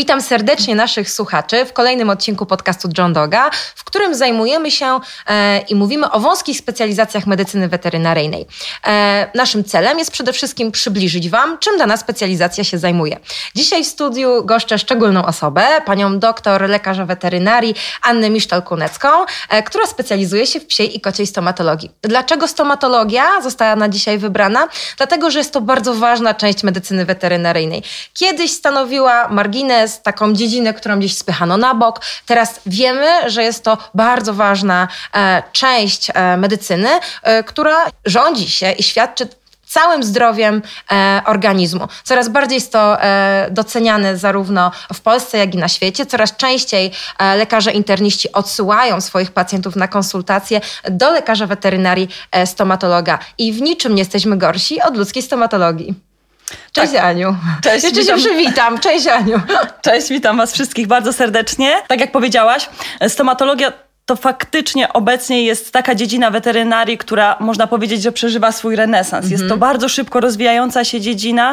Witam serdecznie naszych słuchaczy w kolejnym odcinku podcastu John Doga, w którym zajmujemy się i mówimy o wąskich specjalizacjach medycyny weterynaryjnej. Naszym celem jest przede wszystkim przybliżyć Wam, czym dana specjalizacja się zajmuje. Dzisiaj w studiu goszczę szczególną osobę, panią doktor lekarza weterynarii Annę Misztal-Kunecką, która specjalizuje się w psiej i kociej stomatologii. Dlaczego stomatologia została na dzisiaj wybrana? Dlatego, że jest to bardzo ważna część medycyny weterynaryjnej. Kiedyś stanowiła margines, taką dziedzinę, którą gdzieś spychano na bok. Teraz wiemy, że jest to bardzo ważna część medycyny, która rządzi się i świadczy całym zdrowiem organizmu. Coraz bardziej jest to doceniane zarówno w Polsce, jak i na świecie. Coraz częściej lekarze interniści odsyłają swoich pacjentów na konsultacje do lekarza weterynarii, stomatologa. I w niczym nie jesteśmy gorsi od ludzkiej stomatologii. Cześć, tak. Aniu. Cześć, jeszcze się przywitam. Cześć, Aniu. Cześć, witam Was wszystkich bardzo serdecznie. Tak jak powiedziałaś, stomatologia to faktycznie obecnie jest taka dziedzina weterynarii, która można powiedzieć, że przeżywa swój renesans. Jest to bardzo szybko rozwijająca się dziedzina.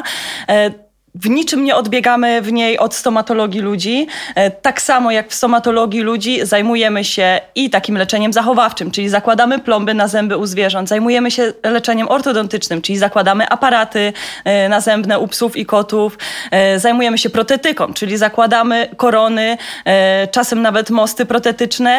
W niczym nie odbiegamy w niej od stomatologii ludzi. Tak samo jak w stomatologii ludzi zajmujemy się i takim leczeniem zachowawczym, czyli zakładamy plomby na zęby u zwierząt. Zajmujemy się leczeniem ortodontycznym, czyli zakładamy aparaty nazębne u psów i kotów. Zajmujemy się protetyką, czyli zakładamy korony, czasem nawet mosty protetyczne.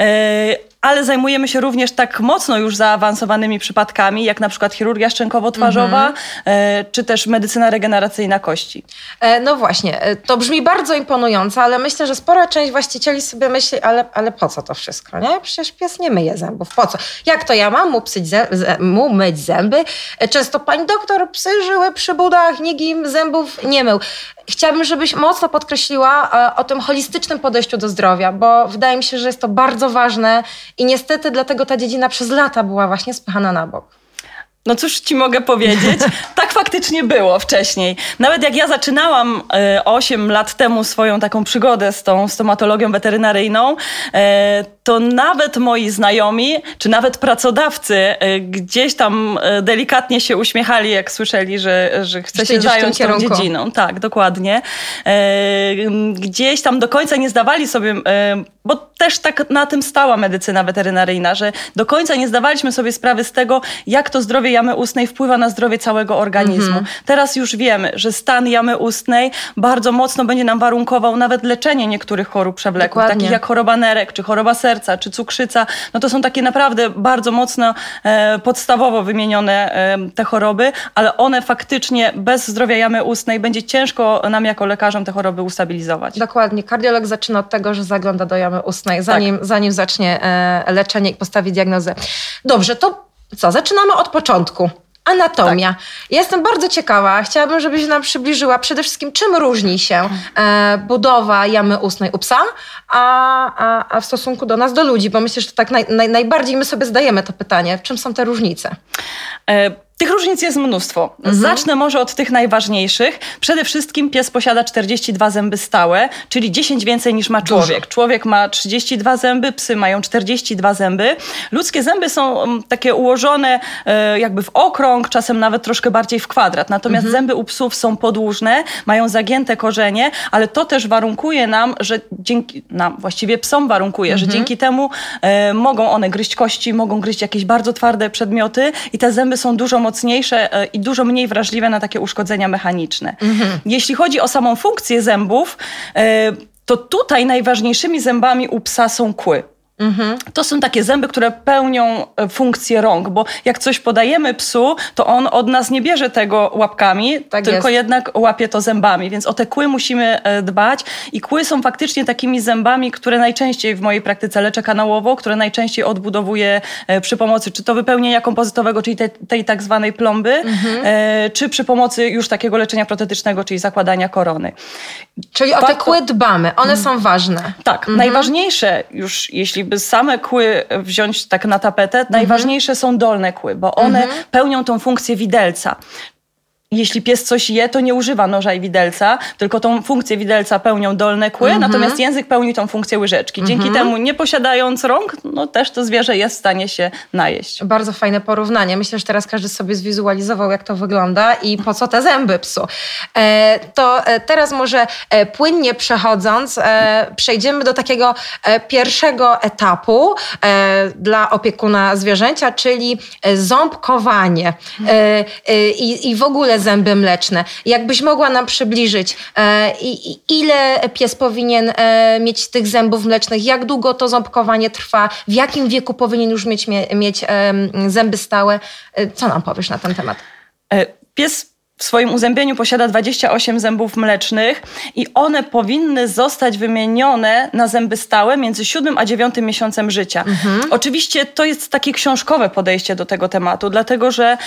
Ale zajmujemy się również tak mocno już zaawansowanymi przypadkami, jak na przykład chirurgia szczękowo-twarzowa, czy też medycyna regeneracyjna kości. No właśnie, to brzmi bardzo imponująco, ale myślę, że spora część właścicieli sobie myśli, ale po co to wszystko, nie? Przecież pies nie myje zębów, po co? Jak to ja mam mu myć zęby? Często pani doktor psy żyły przy budach, nikt im zębów nie mył. Chciałabym, żebyś mocno podkreśliła o tym holistycznym podejściu do zdrowia, bo wydaje mi się, że jest to bardzo ważne i niestety dlatego ta dziedzina przez lata była właśnie spychana na bok. No cóż ci mogę powiedzieć? Tak faktycznie było wcześniej. Nawet jak ja zaczynałam 8 lat temu swoją taką przygodę z tą stomatologią weterynaryjną, to nawet moi znajomi, czy nawet pracodawcy gdzieś tam delikatnie się uśmiechali, jak słyszeli, że chcę się zająć tą dziedziną. Tak, dokładnie. Gdzieś tam do końca nie zdawali sobie, bo też tak na tym stała medycyna weterynaryjna, że do końca nie zdawaliśmy sobie sprawy z tego, jak to zdrowie jamy ustnej wpływa na zdrowie całego organizmu. Teraz już wiemy, że stan jamy ustnej bardzo mocno będzie nam warunkował nawet leczenie niektórych chorób przewlekłych, takich jak choroba nerek, czy choroba serca, czy cukrzyca. No to są takie naprawdę bardzo mocno podstawowo wymienione te choroby, ale one faktycznie bez zdrowia jamy ustnej będzie ciężko nam jako lekarzom te choroby ustabilizować. Dokładnie. Kardiolog zaczyna od tego, że zagląda do jamy ustnej, zanim zacznie leczenie i postawi diagnozę. Dobrze, to co? Zaczynamy od początku. Anatomia. Tak. Ja jestem bardzo ciekawa. Chciałabym, żebyś nam przybliżyła przede wszystkim, czym różni się budowa jamy ustnej u psa, a w stosunku do nas, do ludzi, bo myślę, że tak najbardziej my sobie zdajemy to pytanie. Czym są te różnice? Tych różnic jest mnóstwo. Zacznę może od tych najważniejszych. Przede wszystkim pies posiada 42 zęby stałe, czyli 10 więcej niż ma człowiek. Dużo. Człowiek ma 32 zęby, psy mają 42 zęby. Ludzkie zęby są takie ułożone jakby w okrąg, czasem nawet troszkę bardziej w kwadrat. Natomiast zęby u psów są podłużne, mają zagięte korzenie, ale to też warunkuje nam, że właściwie psom warunkuje, że dzięki temu mogą one gryźć kości, mogą gryźć jakieś bardzo twarde przedmioty i te zęby są dużo mocniejsze i dużo mniej wrażliwe na takie uszkodzenia mechaniczne. Jeśli chodzi o samą funkcję zębów, to tutaj najważniejszymi zębami u psa są kły. To są takie zęby, które pełnią funkcję rąk, bo jak coś podajemy psu, to on od nas nie bierze tego łapkami, tylko jednak łapie to zębami, więc o te kły musimy dbać i kły są faktycznie takimi zębami, które najczęściej w mojej praktyce leczę kanałowo, które najczęściej odbudowuję przy pomocy czy to wypełnienia kompozytowego, czyli tej tak zwanej plomby, czy przy pomocy już takiego leczenia protetycznego, czyli zakładania korony. Czyli o te kły dbamy, one są ważne. Tak, najważniejsze już, jeśli by same kły wziąć tak na tapetę, najważniejsze są dolne kły, bo one pełnią tą funkcję widelca. jeśli pies coś je, to nie używa noża i widelca, tylko tą funkcję widelca pełnią dolne kły, natomiast język pełni tą funkcję łyżeczki. Dzięki temu, nie posiadając rąk, no też to zwierzę jest w stanie się najeść. Bardzo fajne porównanie. Myślę, że teraz każdy sobie zwizualizował, jak to wygląda i po co te zęby psu. To teraz może płynnie przechodząc, przejdziemy do takiego pierwszego etapu dla opiekuna zwierzęcia, czyli ząbkowanie i w ogóle zęby mleczne. Jakbyś mogła nam przybliżyć, ile pies powinien mieć tych zębów mlecznych, jak długo to ząbkowanie trwa, w jakim wieku powinien już mieć zęby stałe. Co nam powiesz na ten temat? Pies w swoim uzębieniu posiada 28 zębów mlecznych i one powinny zostać wymienione na zęby stałe między 7 a 9 miesiącem życia. Oczywiście to jest takie książkowe podejście do tego tematu, dlatego że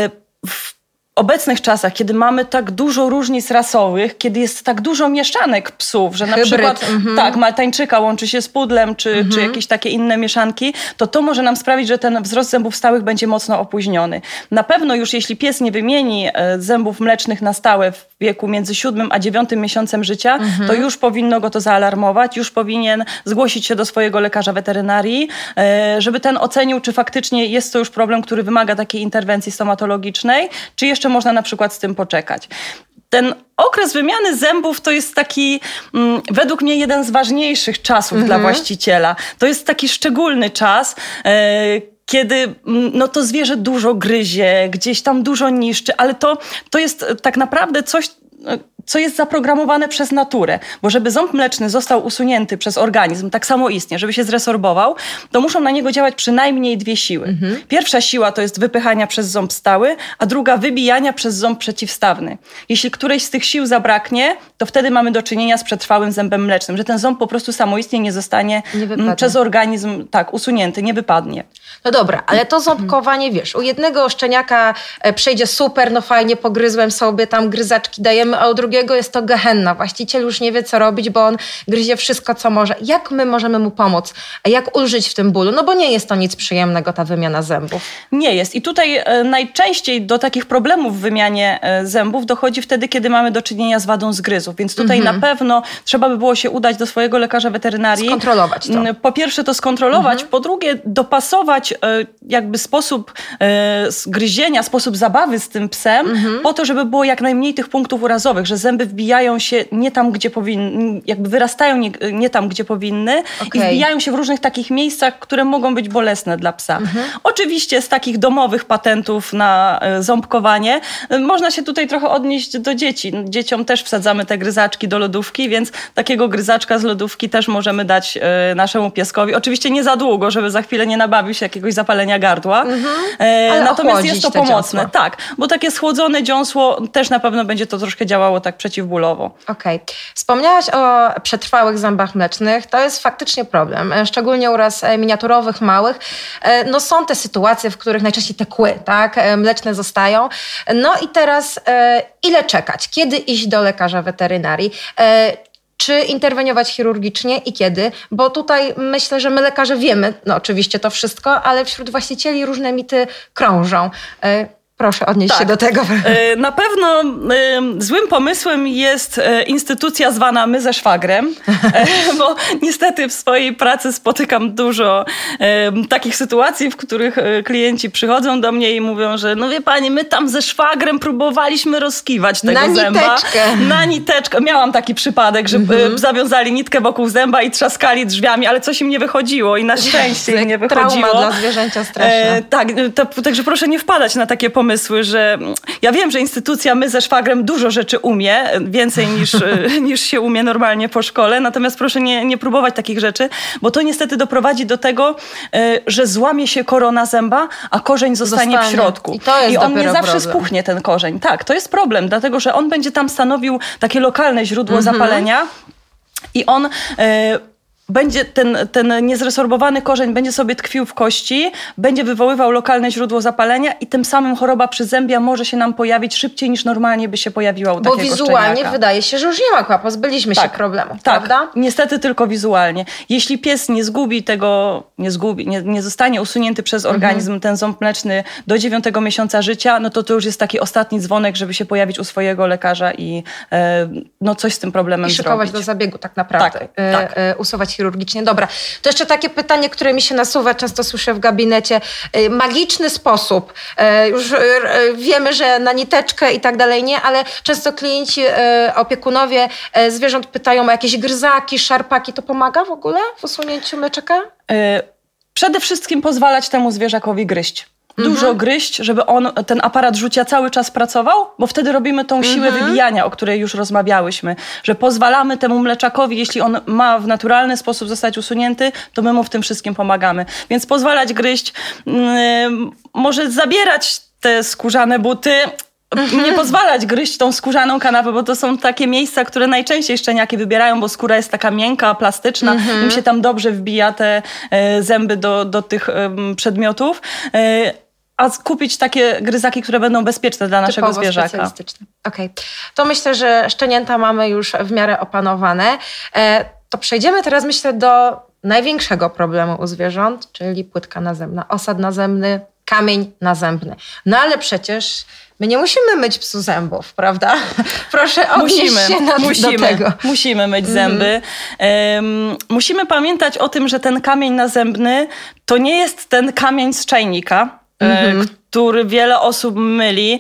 w obecnych czasach, kiedy mamy tak dużo różnic rasowych, kiedy jest tak dużo mieszanek psów, że na przykład maltańczyka łączy się z pudlem, czy jakieś takie inne mieszanki, to może nam sprawić, że ten wzrost zębów stałych będzie mocno opóźniony. Na pewno już jeśli pies nie wymieni zębów mlecznych na stałe w wieku między 7 a 9 miesiącem życia, to już powinno go to zaalarmować, już powinien zgłosić się do swojego lekarza weterynarii, żeby ten ocenił, czy faktycznie jest to już problem, który wymaga takiej interwencji stomatologicznej, czy jeszcze można na przykład z tym poczekać. Ten okres wymiany zębów to jest taki, według mnie, jeden z ważniejszych czasów dla właściciela. To jest taki szczególny czas, kiedy to zwierzę dużo gryzie, gdzieś tam dużo niszczy, ale to jest tak naprawdę coś, co jest zaprogramowane przez naturę. Bo żeby ząb mleczny został usunięty przez organizm tak samoistnie, żeby się zresorbował, to muszą na niego działać przynajmniej 2 siły. Pierwsza siła to jest wypychania przez ząb stały, a druga wybijania przez ząb przeciwstawny. Jeśli którejś z tych sił zabraknie, to wtedy mamy do czynienia z przetrwałym zębem mlecznym, że ten ząb po prostu samoistnie nie zostanie przez organizm usunięty, nie wypadnie. No dobra, ale to ząbkowanie, wiesz, u jednego szczeniaka przejdzie super, no fajnie, pogryzłem sobie, tam gryzaczki dajemy, a u drugiego jest to gehenna. Właściciel już nie wie, co robić, bo on gryzie wszystko, co może. Jak my możemy mu pomóc? Jak ulżyć w tym bólu? No bo nie jest to nic przyjemnego, ta wymiana zębów. Nie jest. I tutaj najczęściej do takich problemów w wymianie zębów dochodzi wtedy, kiedy mamy do czynienia z wadą zgryzów. Więc tutaj na pewno trzeba by było się udać do swojego lekarza weterynarii. Skontrolować to. Po pierwsze to skontrolować, po drugie dopasować jakby sposób gryzienia, sposób zabawy z tym psem, po to, żeby było jak najmniej tych punktów urazowych, że zęby wbijają się nie tam, gdzie powinny, jakby wyrastają nie tam, gdzie powinny i wbijają się w różnych takich miejscach, które mogą być bolesne dla psa. Oczywiście z takich domowych patentów na ząbkowanie można się tutaj trochę odnieść do dzieci. Dzieciom też wsadzamy te gryzaczki do lodówki, więc takiego gryzaczka z lodówki też możemy dać naszemu pieskowi. Oczywiście nie za długo, żeby za chwilę nie nabawił się jakiegoś zapalenia gardła. Natomiast jest to pomocne. Dziąsło. Tak, bo takie schłodzone dziąsło też na pewno będzie to troszkę działało tak przeciwbólowo. Okej. Wspomniałaś o przetrwałych zębach mlecznych. To jest faktycznie problem. Szczególnie u ras miniaturowych, małych. No są te sytuacje, w których najczęściej te kły, tak, mleczne zostają. No i teraz ile czekać? Kiedy iść do lekarza weterynarii? Czy interweniować chirurgicznie i kiedy? Bo tutaj myślę, że my lekarze wiemy, no oczywiście to wszystko, ale wśród właścicieli różne mity krążą. Proszę odnieść się do tego. Na pewno złym pomysłem jest instytucja zwana My ze szwagrem, bo niestety w swojej pracy spotykam dużo takich sytuacji, w których klienci przychodzą do mnie i mówią, że no wie pani, my tam ze szwagrem próbowaliśmy rozkiwać tego zęba. Na niteczkę. Miałam taki przypadek, że zawiązali nitkę wokół zęba i trzaskali drzwiami, ale coś im nie wychodziło i na szczęście im nie wychodziło. Trauma dla zwierzęcia straszna. Także proszę nie wpadać na takie pomysły, że ja wiem, że instytucja My ze szwagrem dużo rzeczy umie, więcej niż się umie normalnie po szkole, natomiast proszę nie próbować takich rzeczy, bo to niestety doprowadzi do tego, że złamie się korona zęba, a korzeń zostanie w środku. I on nie zawsze spuchnie, ten korzeń. Tak, to jest problem, dlatego że on będzie tam stanowił takie lokalne źródło zapalenia i on będzie ten niezresorbowany korzeń będzie sobie tkwił w kości, będzie wywoływał lokalne źródło zapalenia i tym samym choroba przyzębia może się nam pojawić szybciej niż normalnie by się pojawiła u takiego szczeniaka. Bo wizualnie wydaje się, że już nie ma pozbyliśmy się problemu, prawda? Niestety tylko wizualnie. Jeśli pies nie zgubi tego, nie zostanie usunięty przez organizm ten ząb mleczny do 9 miesiąca życia, no to już jest taki ostatni dzwonek, żeby się pojawić u swojego lekarza i coś z tym problemem zrobić. I szykować do zabiegu tak naprawdę. Usuwać chirurgicznie. Dobra, to jeszcze takie pytanie, które mi się nasuwa, często słyszę w gabinecie. Magiczny sposób. Już wiemy, że na niteczkę i tak dalej nie, ale często klienci, opiekunowie zwierząt pytają o jakieś gryzaki, szarpaki. To pomaga w ogóle w usunięciu mleczaka? Przede wszystkim pozwalać temu zwierzakowi gryźć. Dużo gryźć, żeby ten aparat rzucia cały czas pracował, bo wtedy robimy tą siłę wybijania, o której już rozmawiałyśmy, że pozwalamy temu mleczakowi, jeśli on ma w naturalny sposób zostać usunięty, to my mu w tym wszystkim pomagamy. Więc pozwalać gryźć, może zabierać te skórzane buty, nie pozwalać gryźć tą skórzaną kanapę, bo to są takie miejsca, które najczęściej szczeniaki wybierają, bo skóra jest taka miękka, plastyczna, im się tam dobrze wbija te zęby do tych przedmiotów. A kupić takie gryzaki, które będą bezpieczne dla naszego zwierzaka. Specjalistyczne. Okej. To myślę, że szczenięta mamy już w miarę opanowane. To przejdziemy teraz, myślę, do największego problemu u zwierząt, czyli płytka nazębna, osad nazębny, kamień nazębny. No ale przecież my nie musimy myć psu zębów, prawda? Proszę odnieść się do tego. Musimy myć zęby. Musimy pamiętać o tym, że ten kamień nazębny to nie jest ten kamień z czajnika, który wiele osób myli.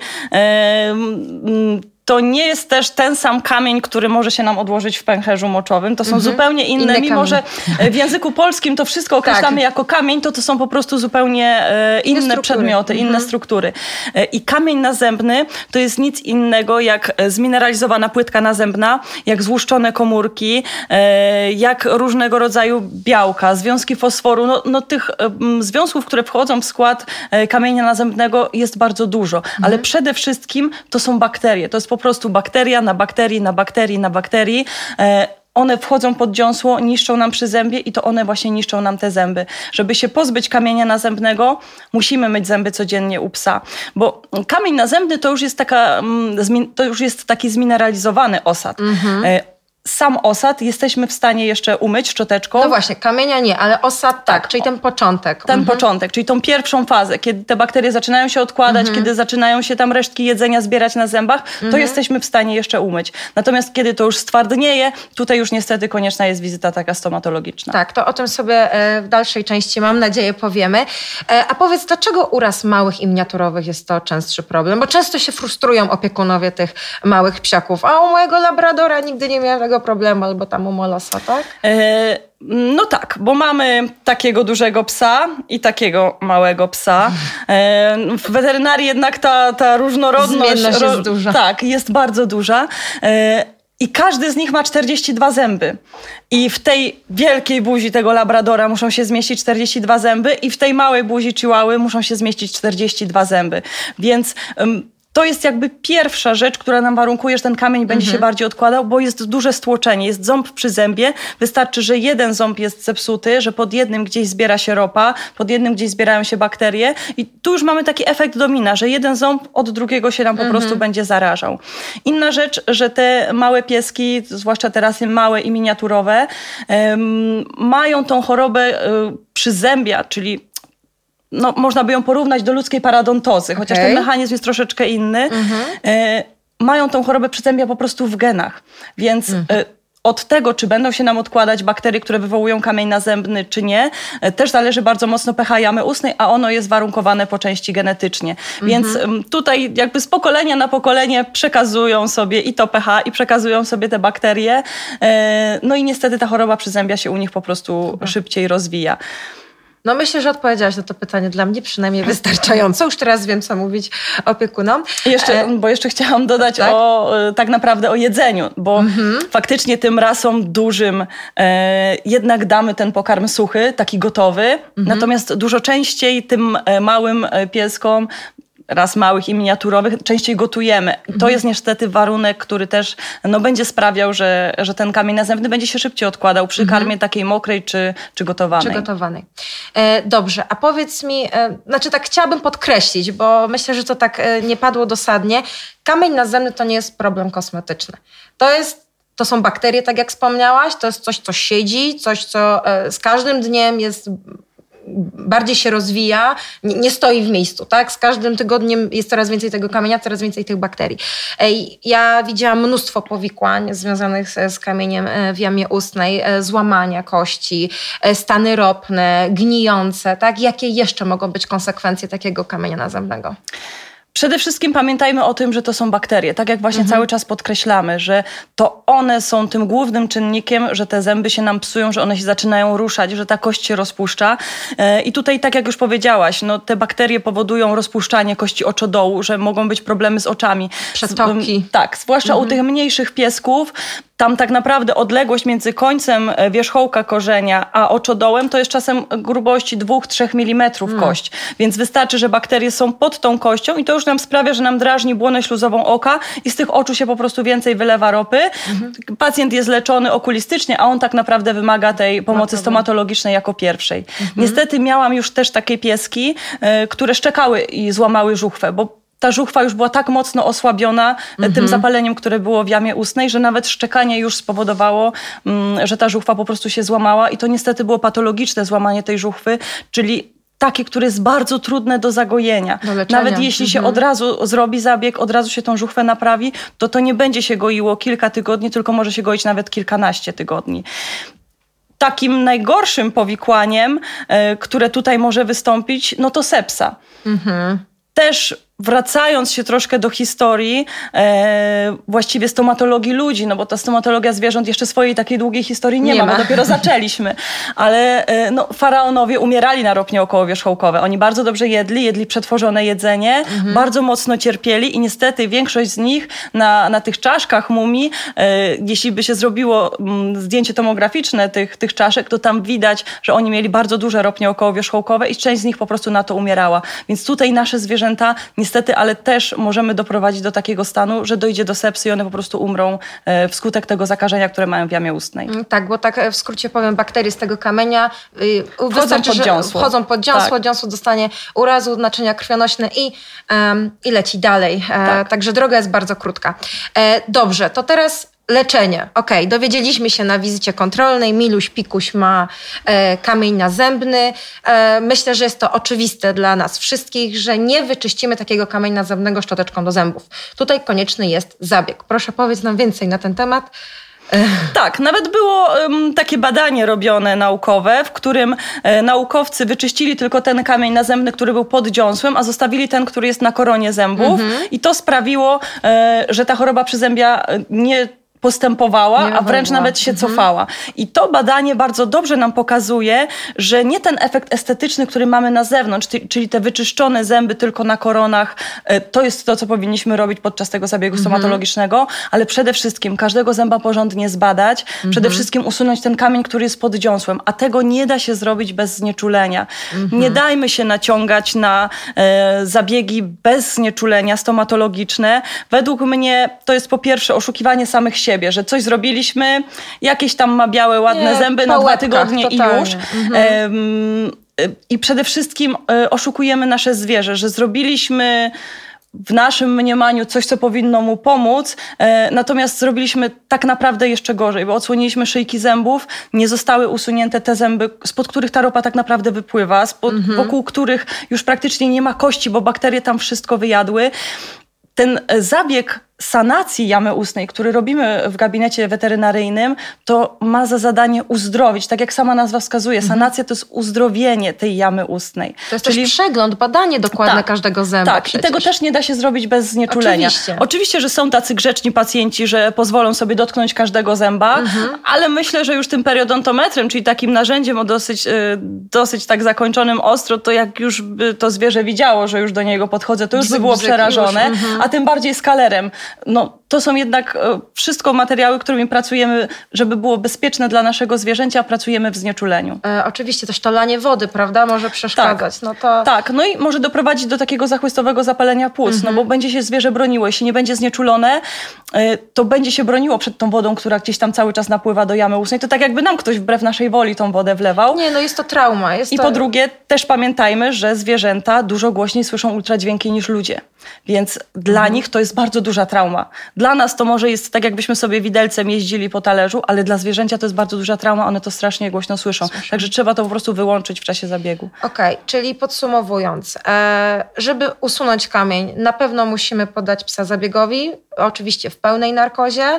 To nie jest też ten sam kamień, który może się nam odłożyć w pęcherzu moczowym. To są zupełnie inne, mimo że w języku polskim to wszystko określamy jako kamień, to są po prostu zupełnie inne przedmioty, inne struktury. I kamień nazębny to jest nic innego jak zmineralizowana płytka nazębna, jak złuszczone komórki, jak różnego rodzaju białka, związki fosforu. Tych związków, które wchodzą w skład kamienia nazębnego jest bardzo dużo. Ale przede wszystkim to są bakterie. To jest po prostu bakteria na bakterii, na bakterii, na bakterii. One wchodzą pod dziąsło, niszczą nam przyzębie i to one właśnie niszczą nam te zęby. Żeby się pozbyć kamienia nazębnego, musimy myć zęby codziennie u psa. Bo kamień nazębny to już jest taki zmineralizowany osad. Sam osad jesteśmy w stanie jeszcze umyć szczoteczką. No właśnie, kamienia nie, ale osad tak, czyli ten początek. Ten początek, czyli tą pierwszą fazę, kiedy te bakterie zaczynają się odkładać, kiedy zaczynają się tam resztki jedzenia zbierać na zębach, to jesteśmy w stanie jeszcze umyć. Natomiast kiedy to już stwardnieje, tutaj już niestety konieczna jest wizyta taka stomatologiczna. Tak, to o tym sobie w dalszej części, mam nadzieję, powiemy. A powiedz, dlaczego uraz małych i miniaturowych jest to częstszy problem? Bo często się frustrują opiekunowie tych małych psiaków. A u mojego labradora nigdy nie miałem tego problemu, albo tam u molosa, tak? No tak, bo mamy takiego dużego psa i takiego małego psa. W weterynarii jednak ta różnorodność... Zmienność jest duża. Tak, jest bardzo duża. I każdy z nich ma 42 zęby. I w tej wielkiej buzi tego labradora muszą się zmieścić 42 zęby i w tej małej buzi chihuahui muszą się zmieścić 42 zęby. Więc... to jest jakby pierwsza rzecz, która nam warunkuje, że ten kamień będzie się bardziej odkładał, bo jest duże stłoczenie, jest ząb przy zębie. Wystarczy, że jeden ząb jest zepsuty, że pod jednym gdzieś zbiera się ropa, pod jednym gdzieś zbierają się bakterie i tu już mamy taki efekt domina, że jeden ząb od drugiego się nam po prostu będzie zarażał. Inna rzecz, że te małe pieski, zwłaszcza teraz małe i miniaturowe, mają tą chorobę przyzębia, czyli można by ją porównać do ludzkiej paradontozy, chociaż ten mechanizm jest troszeczkę inny. Mają tą chorobę przyzębia po prostu w genach. Więc od tego, czy będą się nam odkładać bakterie, które wywołują kamień nazębny, czy nie, też zależy bardzo mocno pH jamy ustnej, a ono jest warunkowane po części genetycznie. Więc tutaj jakby z pokolenia na pokolenie przekazują sobie i to pH, i przekazują sobie te bakterie. No i niestety ta choroba przyzębia się u nich po prostu szybciej rozwija. No myślę, że odpowiedziałaś na to pytanie dla mnie przynajmniej wystarczająco. Już teraz wiem, co mówić opiekunom. Bo jeszcze chciałam dodać tak naprawdę o jedzeniu, bo faktycznie tym rasom dużym jednak damy ten pokarm suchy, taki gotowy. Natomiast dużo częściej tym małym pieskom raz małych i miniaturowych, częściej gotujemy. I to jest niestety warunek, który też będzie sprawiał, że ten kamień nazębny będzie się szybciej odkładał przy karmie takiej mokrej czy gotowanej. Dobrze, a powiedz mi, tak chciałabym podkreślić, bo myślę, że to tak nie padło dosadnie. Kamień nazemny to nie jest problem kosmetyczny. To są bakterie, tak jak wspomniałaś, to jest coś, co siedzi, coś, co z każdym dniem bardziej się rozwija, nie stoi w miejscu, tak? Z każdym tygodniem jest coraz więcej tego kamienia, coraz więcej tych bakterii. Ja widziałam mnóstwo powikłań związanych z kamieniem w jamie ustnej, złamania kości, stany ropne, gnijące, tak? Jakie jeszcze mogą być konsekwencje takiego kamienia nazemnego? Przede wszystkim pamiętajmy o tym, że to są bakterie. Tak jak właśnie cały czas podkreślamy, że to one są tym głównym czynnikiem, że te zęby się nam psują, że one się zaczynają ruszać, że ta kość się rozpuszcza. I tutaj, tak jak już powiedziałaś, te bakterie powodują rozpuszczanie kości oczodołu, że mogą być problemy z oczami. Przetoki. Tak, zwłaszcza u tych mniejszych piesków. Tam tak naprawdę odległość między końcem wierzchołka korzenia a oczodołem to jest czasem grubości 2-3 mm kość. Więc wystarczy, że bakterie są pod tą kością i to już nam sprawia, że nam drażni błonę śluzową oka i z tych oczu się po prostu więcej wylewa ropy. Pacjent jest leczony okulistycznie, a on tak naprawdę wymaga tej pomocy stomatologicznej jako pierwszej. Niestety miałam już też takie pieski, które szczekały i złamały żuchwę, bo ta żuchwa już była tak mocno osłabiona tym zapaleniem, które było w jamie ustnej, że nawet szczekanie już spowodowało, że ta żuchwa po prostu się złamała i to niestety było patologiczne złamanie tej żuchwy, czyli takie, które jest bardzo trudne do zagojenia. Nawet jeśli się od razu zrobi zabieg, od razu się tą żuchwę naprawi, to nie będzie się goiło kilka tygodni, tylko może się goić nawet kilkanaście tygodni. Takim najgorszym powikłaniem, które tutaj może wystąpić, to sepsa. Też wracając się troszkę do historii właściwie stomatologii ludzi, bo ta stomatologia zwierząt jeszcze swojej takiej długiej historii nie ma, bo dopiero zaczęliśmy. Ale faraonowie umierali na ropnie okołowierzchołkowe. Oni bardzo dobrze jedli przetworzone jedzenie, bardzo mocno cierpieli i niestety większość z nich na tych czaszkach mumii, jeśli by się zrobiło zdjęcie tomograficzne tych czaszek, to tam widać, że oni mieli bardzo duże ropnie okołowierzchołkowe i część z nich po prostu na to umierała. Więc tutaj nasze zwierzęta niestety, ale też możemy doprowadzić do takiego stanu, że dojdzie do sepsy i one po prostu umrą wskutek tego zakażenia, które mają w jamie ustnej. Tak, bo tak w skrócie powiem, bakterie z tego kamienia wchodzą pod dziąsło, dziąsło dostanie urazu, naczynia krwionośne i leci dalej. Także droga jest bardzo krótka. Dobrze, to teraz leczenie. Dowiedzieliśmy się na wizycie kontrolnej, Miluś Pikuś ma kamień nazębny. Myślę, że jest to oczywiste dla nas wszystkich, że nie wyczyścimy takiego kamienia nazębnego szczoteczką do zębów. Tutaj konieczny jest zabieg. Proszę, powiedz nam więcej na ten temat. Tak, nawet było takie badanie robione naukowe, w którym naukowcy wyczyścili tylko ten kamień nazębny, który był pod dziąsłem, a zostawili ten, który jest na koronie zębów. I to sprawiło, że ta choroba przyzębia nie postępowała, a wręcz nawet się cofała. I to badanie bardzo dobrze nam pokazuje, że nie ten efekt estetyczny, który mamy na zewnątrz, czyli te wyczyszczone zęby tylko na koronach, to jest to, co powinniśmy robić podczas tego zabiegu stomatologicznego, ale przede wszystkim każdego zęba porządnie zbadać, przede wszystkim usunąć ten kamień, który jest pod dziąsłem, a tego nie da się zrobić bez znieczulenia. Nie dajmy się naciągać na zabiegi bez znieczulenia stomatologiczne. Według mnie to jest po pierwsze oszukiwanie samych siebie, że coś zrobiliśmy, jakieś tam ma białe, ładne zęby na 2 tygodnie totalnie. I już. I przede wszystkim oszukujemy nasze zwierzę, że zrobiliśmy w naszym mniemaniu coś, co powinno mu pomóc, natomiast zrobiliśmy tak naprawdę jeszcze gorzej, bo odsłoniliśmy szyjki zębów, nie zostały usunięte te zęby, spod których ta ropa tak naprawdę wypływa, wokół których już praktycznie nie ma kości, bo bakterie tam wszystko wyjadły. Ten zabieg sanacji jamy ustnej, który robimy w gabinecie weterynaryjnym, to ma za zadanie uzdrowić. Tak jak sama nazwa wskazuje, sanacja to jest uzdrowienie tej jamy ustnej. To jest też przegląd, badanie dokładne każdego zęba. Tak, przecież. I tego też nie da się zrobić bez znieczulenia. Oczywiście, że są tacy grzeczni pacjenci, że pozwolą sobie dotknąć każdego zęba, ale myślę, że już tym periodontometrem, czyli takim narzędziem o dosyć tak zakończonym ostro, to jak już by to zwierzę widziało, że już do niego podchodzę, to już by było przerażone, a tym bardziej skalerem. to są jednak wszystko materiały, którymi pracujemy, żeby było bezpieczne dla naszego zwierzęcia, pracujemy w znieczuleniu. Oczywiście też to lanie wody, prawda, może przeszkadzać. Tak, no i może doprowadzić do takiego zachłystowego zapalenia płuc, no bo będzie się zwierzę broniło. Jeśli nie będzie znieczulone, to będzie się broniło przed tą wodą, która gdzieś tam cały czas napływa do jamy ustnej. To tak jakby nam ktoś wbrew naszej woli tą wodę wlewał. Nie, no jest to trauma. Po drugie, też pamiętajmy, że zwierzęta dużo głośniej słyszą ultradźwięki niż ludzie. Więc dla nich to jest bardzo duża trauma. Dla nas to może jest tak, jakbyśmy sobie widelcem jeździli po talerzu, ale dla zwierzęcia to jest bardzo duża trauma. One to strasznie głośno słyszą. Także trzeba to po prostu wyłączyć w czasie zabiegu. Okej, czyli podsumowując, żeby usunąć kamień, na pewno musimy poddać psa zabiegowi, oczywiście w pełnej narkozie.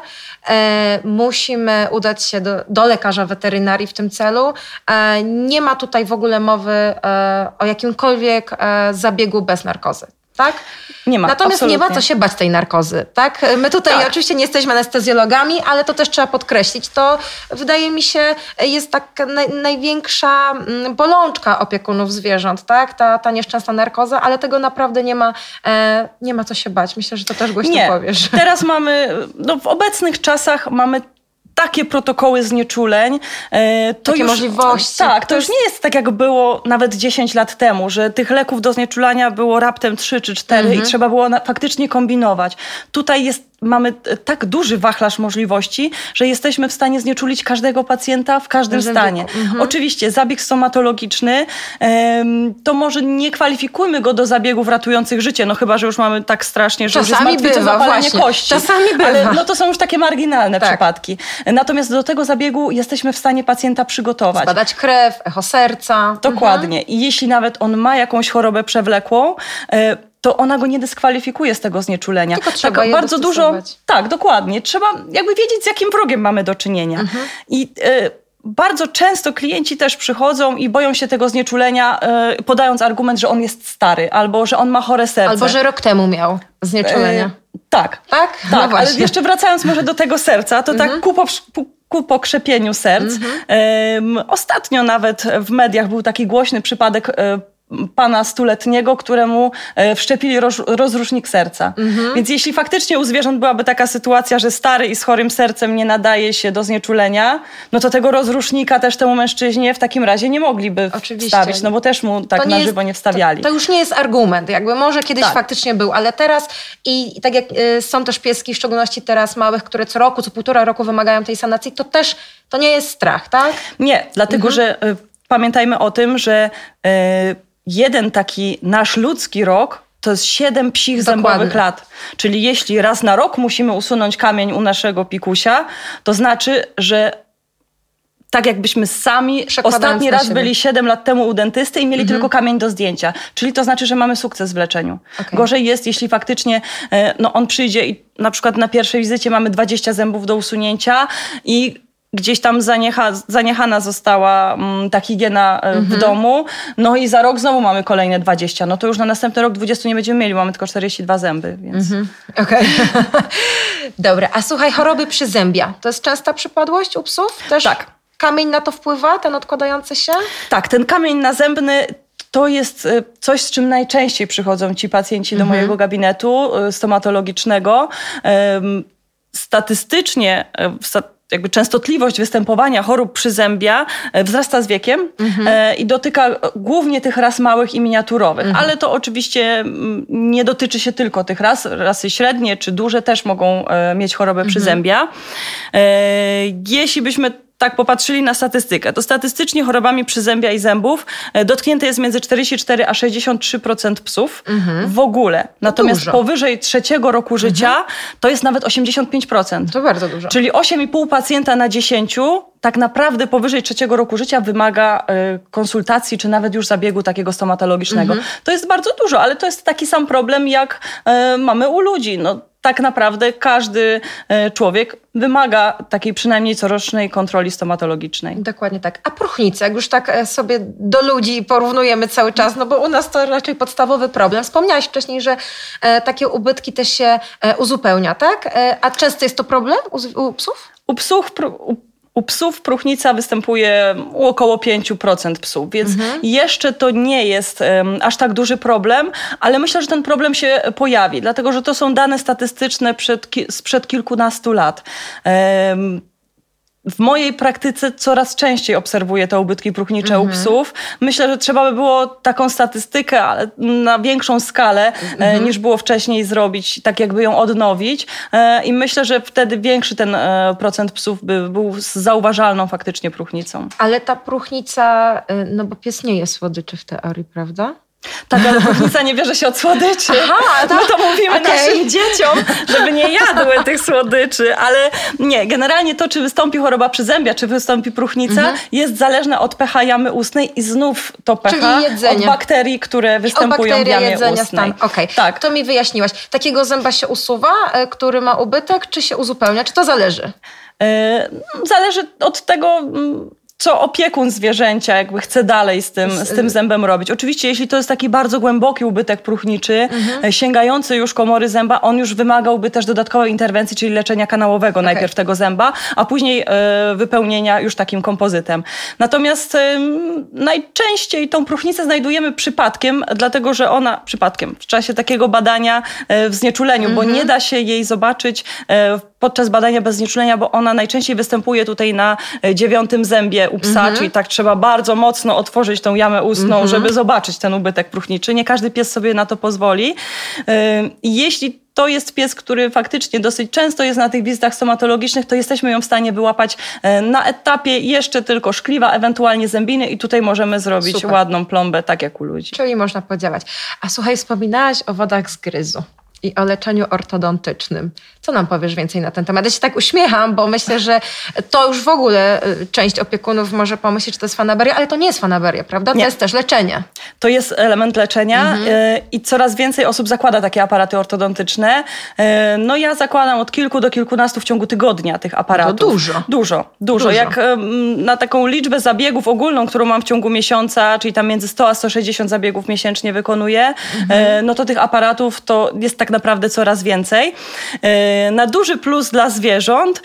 Musimy udać się do lekarza weterynarii w tym celu. Nie ma tutaj w ogóle mowy o jakimkolwiek zabiegu bez narkozy. Tak? Nie ma. Natomiast absolutnie. nie ma co się bać tej narkozy. Tak? My tutaj oczywiście nie jesteśmy anestezjologami, ale to też trzeba podkreślić. To wydaje mi się jest taka największa bolączka opiekunów zwierząt, tak? Ta nieszczęsna narkoza, ale tego naprawdę nie ma co się bać. Myślę, że to też głośno powiesz. Teraz mamy, w obecnych czasach mamy takie protokoły znieczuleń. Takie możliwości. Tak, to już nie jest tak, jak było nawet 10 lat temu, że tych leków do znieczulania było raptem 3 czy 4 i trzeba było faktycznie kombinować. Tutaj mamy tak duży wachlarz możliwości, że jesteśmy w stanie znieczulić każdego pacjenta w każdym stanie. Oczywiście zabieg stomatologiczny, to może nie kwalifikujmy go do zabiegów ratujących życie, no chyba, że już mamy tak strasznie, że czasami już jest zapalenie kości. Czasami bywa. Ale to są już takie marginalne przypadki. Natomiast do tego zabiegu jesteśmy w stanie pacjenta przygotować. Zbadać krew, echo serca. Dokładnie. I jeśli nawet on ma jakąś chorobę przewlekłą, to ona go nie dyskwalifikuje z tego znieczulenia. Tylko trzeba bardzo dużo. Tak, dokładnie. Trzeba jakby wiedzieć, z jakim wrogiem mamy do czynienia. I bardzo często klienci też przychodzą i boją się tego znieczulenia, podając argument, że on jest stary, albo że on ma chore serce. Albo że rok temu miał znieczulenie. Tak, no ale jeszcze wracając może do tego serca, to tak ku pokrzepieniu serc. Ostatnio nawet w mediach był taki głośny przypadek pana 100-letniego, któremu wszczepili rozrusznik serca. Więc jeśli faktycznie u zwierząt byłaby taka sytuacja, że stary i z chorym sercem nie nadaje się do znieczulenia, no to tego rozrusznika też temu mężczyźnie w takim razie nie mogliby wstawić, no bo też mu tak na żywo nie wstawiali. To już nie jest argument. Jakby może kiedyś faktycznie był, ale teraz i tak jak są też pieski, w szczególności teraz małych, które co roku, co 1,5 roku wymagają tej sanacji, to nie jest strach, tak? Nie, dlatego że pamiętajmy o tym, że jeden taki nasz ludzki rok to jest 7 psich zębowych lat. Czyli jeśli raz na rok musimy usunąć kamień u naszego pikusia, to znaczy, że tak jakbyśmy sami ostatni raz byli 7 lat temu u dentysty i mieli tylko kamień do zdjęcia. Czyli to znaczy, że mamy sukces w leczeniu. Gorzej jest, jeśli faktycznie on przyjdzie i na przykład na pierwszej wizycie mamy 20 zębów do usunięcia i gdzieś tam zaniechana została ta higiena w domu, no i za rok znowu mamy kolejne 20. No to już na następny rok 20 nie będziemy mieli, mamy tylko 42 zęby. Więc... Okej. Dobra, a słuchaj, choroby przyzębia. To jest częsta przypadłość u psów? Też tak. Kamień na to wpływa, ten odkładający się? Tak, ten kamień nazębny to jest coś, z czym najczęściej przychodzą ci pacjenci do mojego gabinetu stomatologicznego. Statystycznie jakby częstotliwość występowania chorób przyzębia wzrasta z wiekiem i dotyka głównie tych ras małych i miniaturowych. Ale to oczywiście nie dotyczy się tylko tych ras. Rasy średnie czy duże też mogą mieć chorobę przyzębia. Jeśli byśmy tak popatrzyli na statystykę, to statystycznie chorobami przyzębia i zębów dotknięte jest między 44 a 63% psów w ogóle. Natomiast powyżej 3 roku życia to jest nawet 85%. To bardzo dużo. Czyli 8,5 pacjenta na 10 tak naprawdę powyżej 3 roku życia wymaga konsultacji, czy nawet już zabiegu takiego stomatologicznego. To jest bardzo dużo, ale to jest taki sam problem, jak mamy u ludzi. No, tak naprawdę każdy człowiek wymaga takiej przynajmniej corocznej kontroli stomatologicznej. Dokładnie tak. A próchnice, jak już tak sobie do ludzi porównujemy cały czas, no bo u nas to raczej podstawowy problem. Wspomniałaś wcześniej, że takie ubytki też się uzupełnia, tak? A często jest to problem u psów? U psów U psów próchnica występuje u około 5% psów, więc jeszcze to nie jest aż tak duży problem, ale myślę, że ten problem się pojawi, dlatego że to są dane statystyczne sprzed kilkunastu lat. W mojej praktyce coraz częściej obserwuję te ubytki próchnicze u psów. Myślę, że trzeba by było taką statystykę, ale na większą skalę niż było wcześniej zrobić, tak jakby ją odnowić. I myślę, że wtedy większy ten procent psów by był z zauważalną faktycznie próchnicą. Ale ta próchnica, no bo pies nie je słodyczy w teorii, prawda? Tak, ale próchnica nie bierze się od słodyczy. Aha, my to mówimy naszym dzieciom, żeby nie jadły tych słodyczy, ale nie, generalnie to, czy wystąpi choroba przyzębia, czy wystąpi próchnica, jest zależne od pH jamy ustnej i znów to pH od bakterii, które występują w jamie ustnej. Okej, tak. To mi wyjaśniłaś. Takiego zęba się usuwa, który ma ubytek, czy się uzupełnia? Czy to zależy? Zależy od tego, co opiekun zwierzęcia jakby chce dalej z tym zębem robić. Oczywiście, jeśli to jest taki bardzo głęboki ubytek próchniczy, sięgający już komory zęba, on już wymagałby też dodatkowej interwencji, czyli leczenia kanałowego najpierw tego zęba, a później wypełnienia już takim kompozytem. Natomiast najczęściej tą próchnicę znajdujemy przypadkiem, dlatego że ona, w czasie takiego badania w znieczuleniu, bo nie da się jej zobaczyć podczas badania bez znieczulenia, bo ona najczęściej występuje tutaj na 9 zębie u psa, czyli tak trzeba bardzo mocno otworzyć tą jamę ustną, żeby zobaczyć ten ubytek próchniczy. Nie każdy pies sobie na to pozwoli. Jeśli to jest pies, który faktycznie dosyć często jest na tych wizytach stomatologicznych, to jesteśmy ją w stanie wyłapać na etapie jeszcze tylko szkliwa, ewentualnie zębiny i tutaj możemy zrobić ładną plombę, tak jak u ludzi. Czyli można podziałać. A słuchaj, wspominałaś o wodach z gryzu i o leczeniu ortodontycznym. Co nam powiesz więcej na ten temat? Ja się tak uśmiecham, bo myślę, że to już w ogóle część opiekunów może pomyśleć, że to jest fanaberia, ale to nie jest fanaberia, prawda? To jest też leczenie. To jest element leczenia i coraz więcej osób zakłada takie aparaty ortodontyczne. No ja zakładam od kilku do kilkunastu w ciągu tygodnia tych aparatów. To dużo. Jak na taką liczbę zabiegów ogólną, którą mam w ciągu miesiąca, czyli tam między 100 a 160 zabiegów miesięcznie wykonuję, no to tych aparatów to jest tak naprawdę coraz więcej. Na duży plus dla zwierząt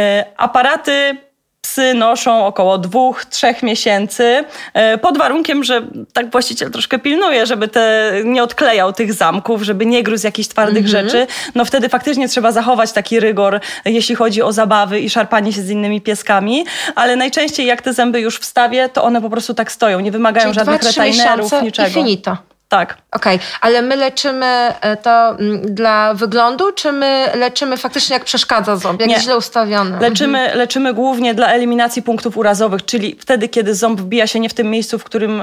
aparaty psy noszą około 2-3 miesięcy, pod warunkiem, że tak właściciel troszkę pilnuje, żeby nie odklejał tych zamków, żeby nie gryzł jakichś twardych rzeczy. No wtedy faktycznie trzeba zachować taki rygor, jeśli chodzi o zabawy i szarpanie się z innymi pieskami, ale najczęściej jak te zęby już wstawię, to one po prostu tak stoją, nie wymagają żadnych retainerów, niczego. I finito. Tak. Okej, ale my leczymy to dla wyglądu, czy my leczymy faktycznie jak przeszkadza ząb, jak jest źle ustawiony? Leczymy głównie dla eliminacji punktów urazowych, czyli wtedy, kiedy ząb wbija się nie w tym miejscu, w którym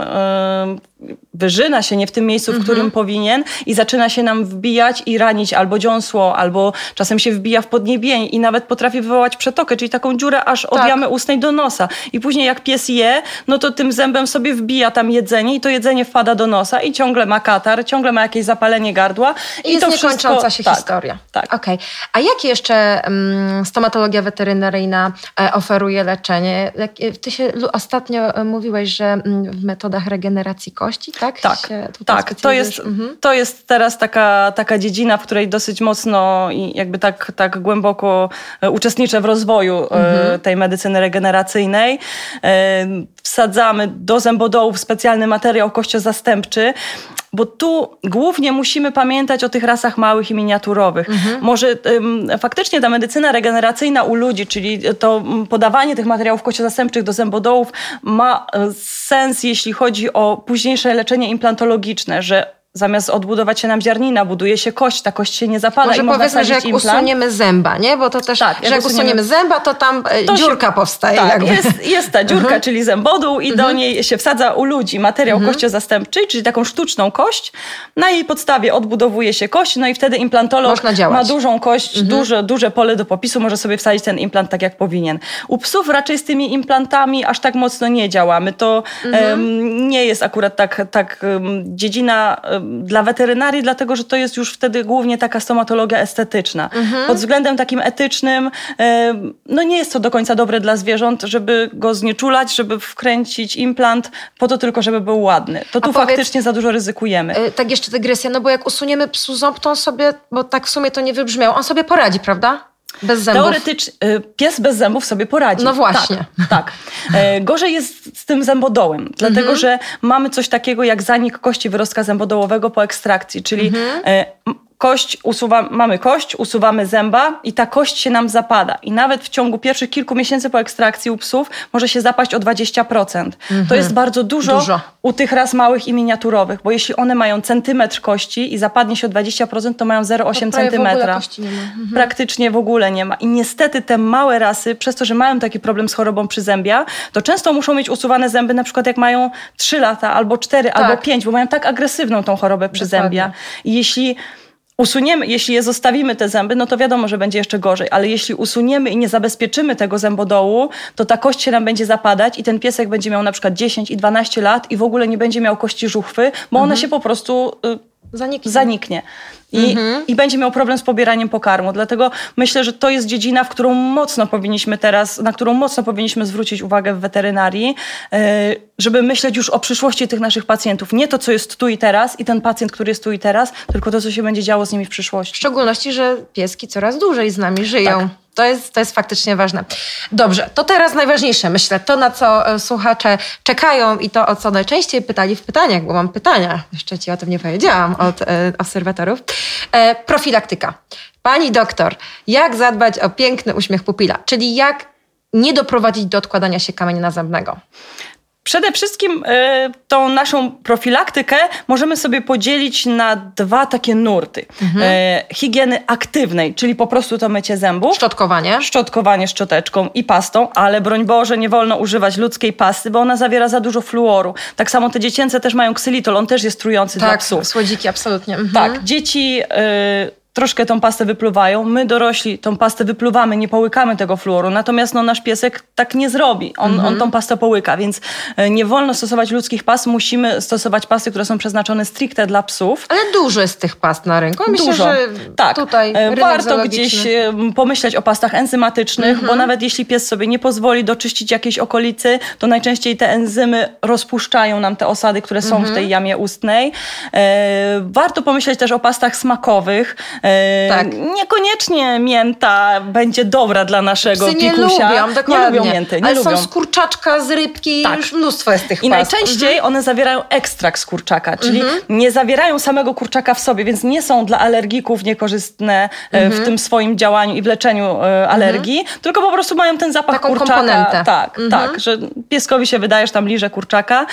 wyżyna się nie w tym miejscu, w którym powinien i zaczyna się nam wbijać i ranić albo dziąsło, albo czasem się wbija w podniebień i nawet potrafi wywołać przetokę, czyli taką dziurę aż od jamy ustnej do nosa. I później jak pies je, no to tym zębem sobie wbija tam jedzenie i to jedzenie wpada do nosa i ciągle ma katar, ciągle ma jakieś zapalenie gardła. I jest to niekończąca się historia. Tak. Okej. A jakie jeszcze stomatologia weterynaryjna oferuje leczenie? Ty się ostatnio mówiłeś, że w metodach regeneracji kości, tak? Tak. To jest teraz taka dziedzina, w której dosyć mocno i jakby tak głęboko uczestniczę w rozwoju tej medycyny regeneracyjnej. Wsadzamy do zębodołów specjalny materiał kościozastępczy, bo tu głównie musimy pamiętać o tych rasach małych i miniaturowych. Może faktycznie ta medycyna regeneracyjna u ludzi, czyli to podawanie tych materiałów kościozastępczych do zębodołów ma sens, jeśli chodzi o późniejsze leczenie implantologiczne, że zamiast odbudować się nam ziarnina, buduje się kość, ta kość się nie zapala może i można powiedzmy, że jak usuniemy zęba, nie? Bo to też, że jak usuniemy zęba, to tam dziurka powstaje. Tak, jest ta dziurka, czyli zębodół i do niej się wsadza u ludzi materiał kościozastępczy, czyli taką sztuczną kość. Na jej podstawie odbudowuje się kość, no i wtedy implantolog ma dużą kość, duże pole do popisu, może sobie wsadzić ten implant tak jak powinien. U psów raczej z tymi implantami aż tak mocno nie działamy. To nie jest akurat tak dziedzina dla weterynarii, dlatego że to jest już wtedy głównie taka stomatologia estetyczna. Pod względem takim etycznym no nie jest to do końca dobre dla zwierząt, żeby go znieczulać, żeby wkręcić implant po to tylko, żeby był ładny. To tu faktycznie za dużo ryzykujemy. Tak jeszcze dygresja, no bo jak usuniemy psu ząb, to on sobie, bo tak w sumie to nie wybrzmiało, on sobie poradzi, prawda? Bez zębów. Teoretycznie pies bez zębów sobie poradzi. No właśnie. Tak. Gorzej jest z tym zębodołem, dlatego że mamy coś takiego jak zanik kości wyrostka zębodołowego po ekstrakcji, czyli mamy kość, usuwamy zęba i ta kość się nam zapada. I nawet w ciągu pierwszych kilku miesięcy po ekstrakcji u psów może się zapaść o 20%. To jest bardzo dużo u tych ras małych i miniaturowych, bo jeśli one mają centymetr kości i zapadnie się o 20%, to mają 0,8 centymetra. Praktycznie w ogóle nie ma. I niestety te małe rasy, przez to, że mają taki problem z chorobą przyzębia, to często muszą mieć usuwane zęby, na przykład jak mają 3 lata, albo 4, albo 5, bo mają tak agresywną tą chorobę przyzębia. I jeśli je zostawimy te zęby, no to wiadomo, że będzie jeszcze gorzej, ale jeśli usuniemy i nie zabezpieczymy tego zębodołu, to ta kość się nam będzie zapadać i ten piesek będzie miał na przykład 10 i 12 lat i w ogóle nie będzie miał kości żuchwy, bo ona się po prostu zaniknie. I będzie miał problem z pobieraniem pokarmu. Dlatego myślę, że to jest dziedzina, na którą mocno powinniśmy zwrócić uwagę w weterynarii, żeby myśleć już o przyszłości tych naszych pacjentów. Nie to, co jest tu i teraz i ten pacjent, który jest tu i teraz, tylko to, co się będzie działo z nimi w przyszłości. W szczególności, że pieski coraz dłużej z nami żyją. Tak. To jest faktycznie ważne. Dobrze, to teraz najważniejsze, myślę, to na co słuchacze czekają i to, o co najczęściej pytali w pytaniach, bo mam pytania, jeszcze ci o tym nie powiedziałam, od obserwatorów. Profilaktyka. Pani doktor, jak zadbać o piękny uśmiech pupila? Czyli jak nie doprowadzić do odkładania się kamienia nazębnego? Przede wszystkim tą naszą profilaktykę możemy sobie podzielić na 2 takie nurty. Higieny aktywnej, czyli po prostu to mycie zębów. Szczotkowanie szczoteczką i pastą, ale broń Boże, nie wolno używać ludzkiej pasty, bo ona zawiera za dużo fluoru. Tak samo te dziecięce też mają ksylitol, on też jest trujący dla psów. Tak, słodziki, absolutnie. Tak, dzieci troszkę tą pastę wypluwają. My dorośli tą pastę wypluwamy, nie połykamy tego fluoru. Natomiast nasz piesek tak nie zrobi. On tą pastę połyka, więc nie wolno stosować ludzkich past. Musimy stosować pasty, które są przeznaczone stricte dla psów. Ale dużo jest tych past na rynku. Myślę, że tutaj warto gdzieś pomyśleć o pastach enzymatycznych, bo nawet jeśli pies sobie nie pozwoli doczyścić jakiejś okolicy, to najczęściej te enzymy rozpuszczają nam te osady, które są w tej jamie ustnej. Warto pomyśleć też o pastach smakowych. Niekoniecznie mięta będzie dobra dla naszego pikusia. Nie lubią mięty. Ale są z kurczaczka, z rybki, już mnóstwo jest tych past. I najczęściej one zawierają ekstrakt z kurczaka, czyli nie zawierają samego kurczaka w sobie, więc nie są dla alergików niekorzystne w tym swoim działaniu i w leczeniu alergii, tylko po prostu mają ten zapach taką kurczaka. Komponentę. Tak, że pieskowi się wydaje, że tam liże kurczaka.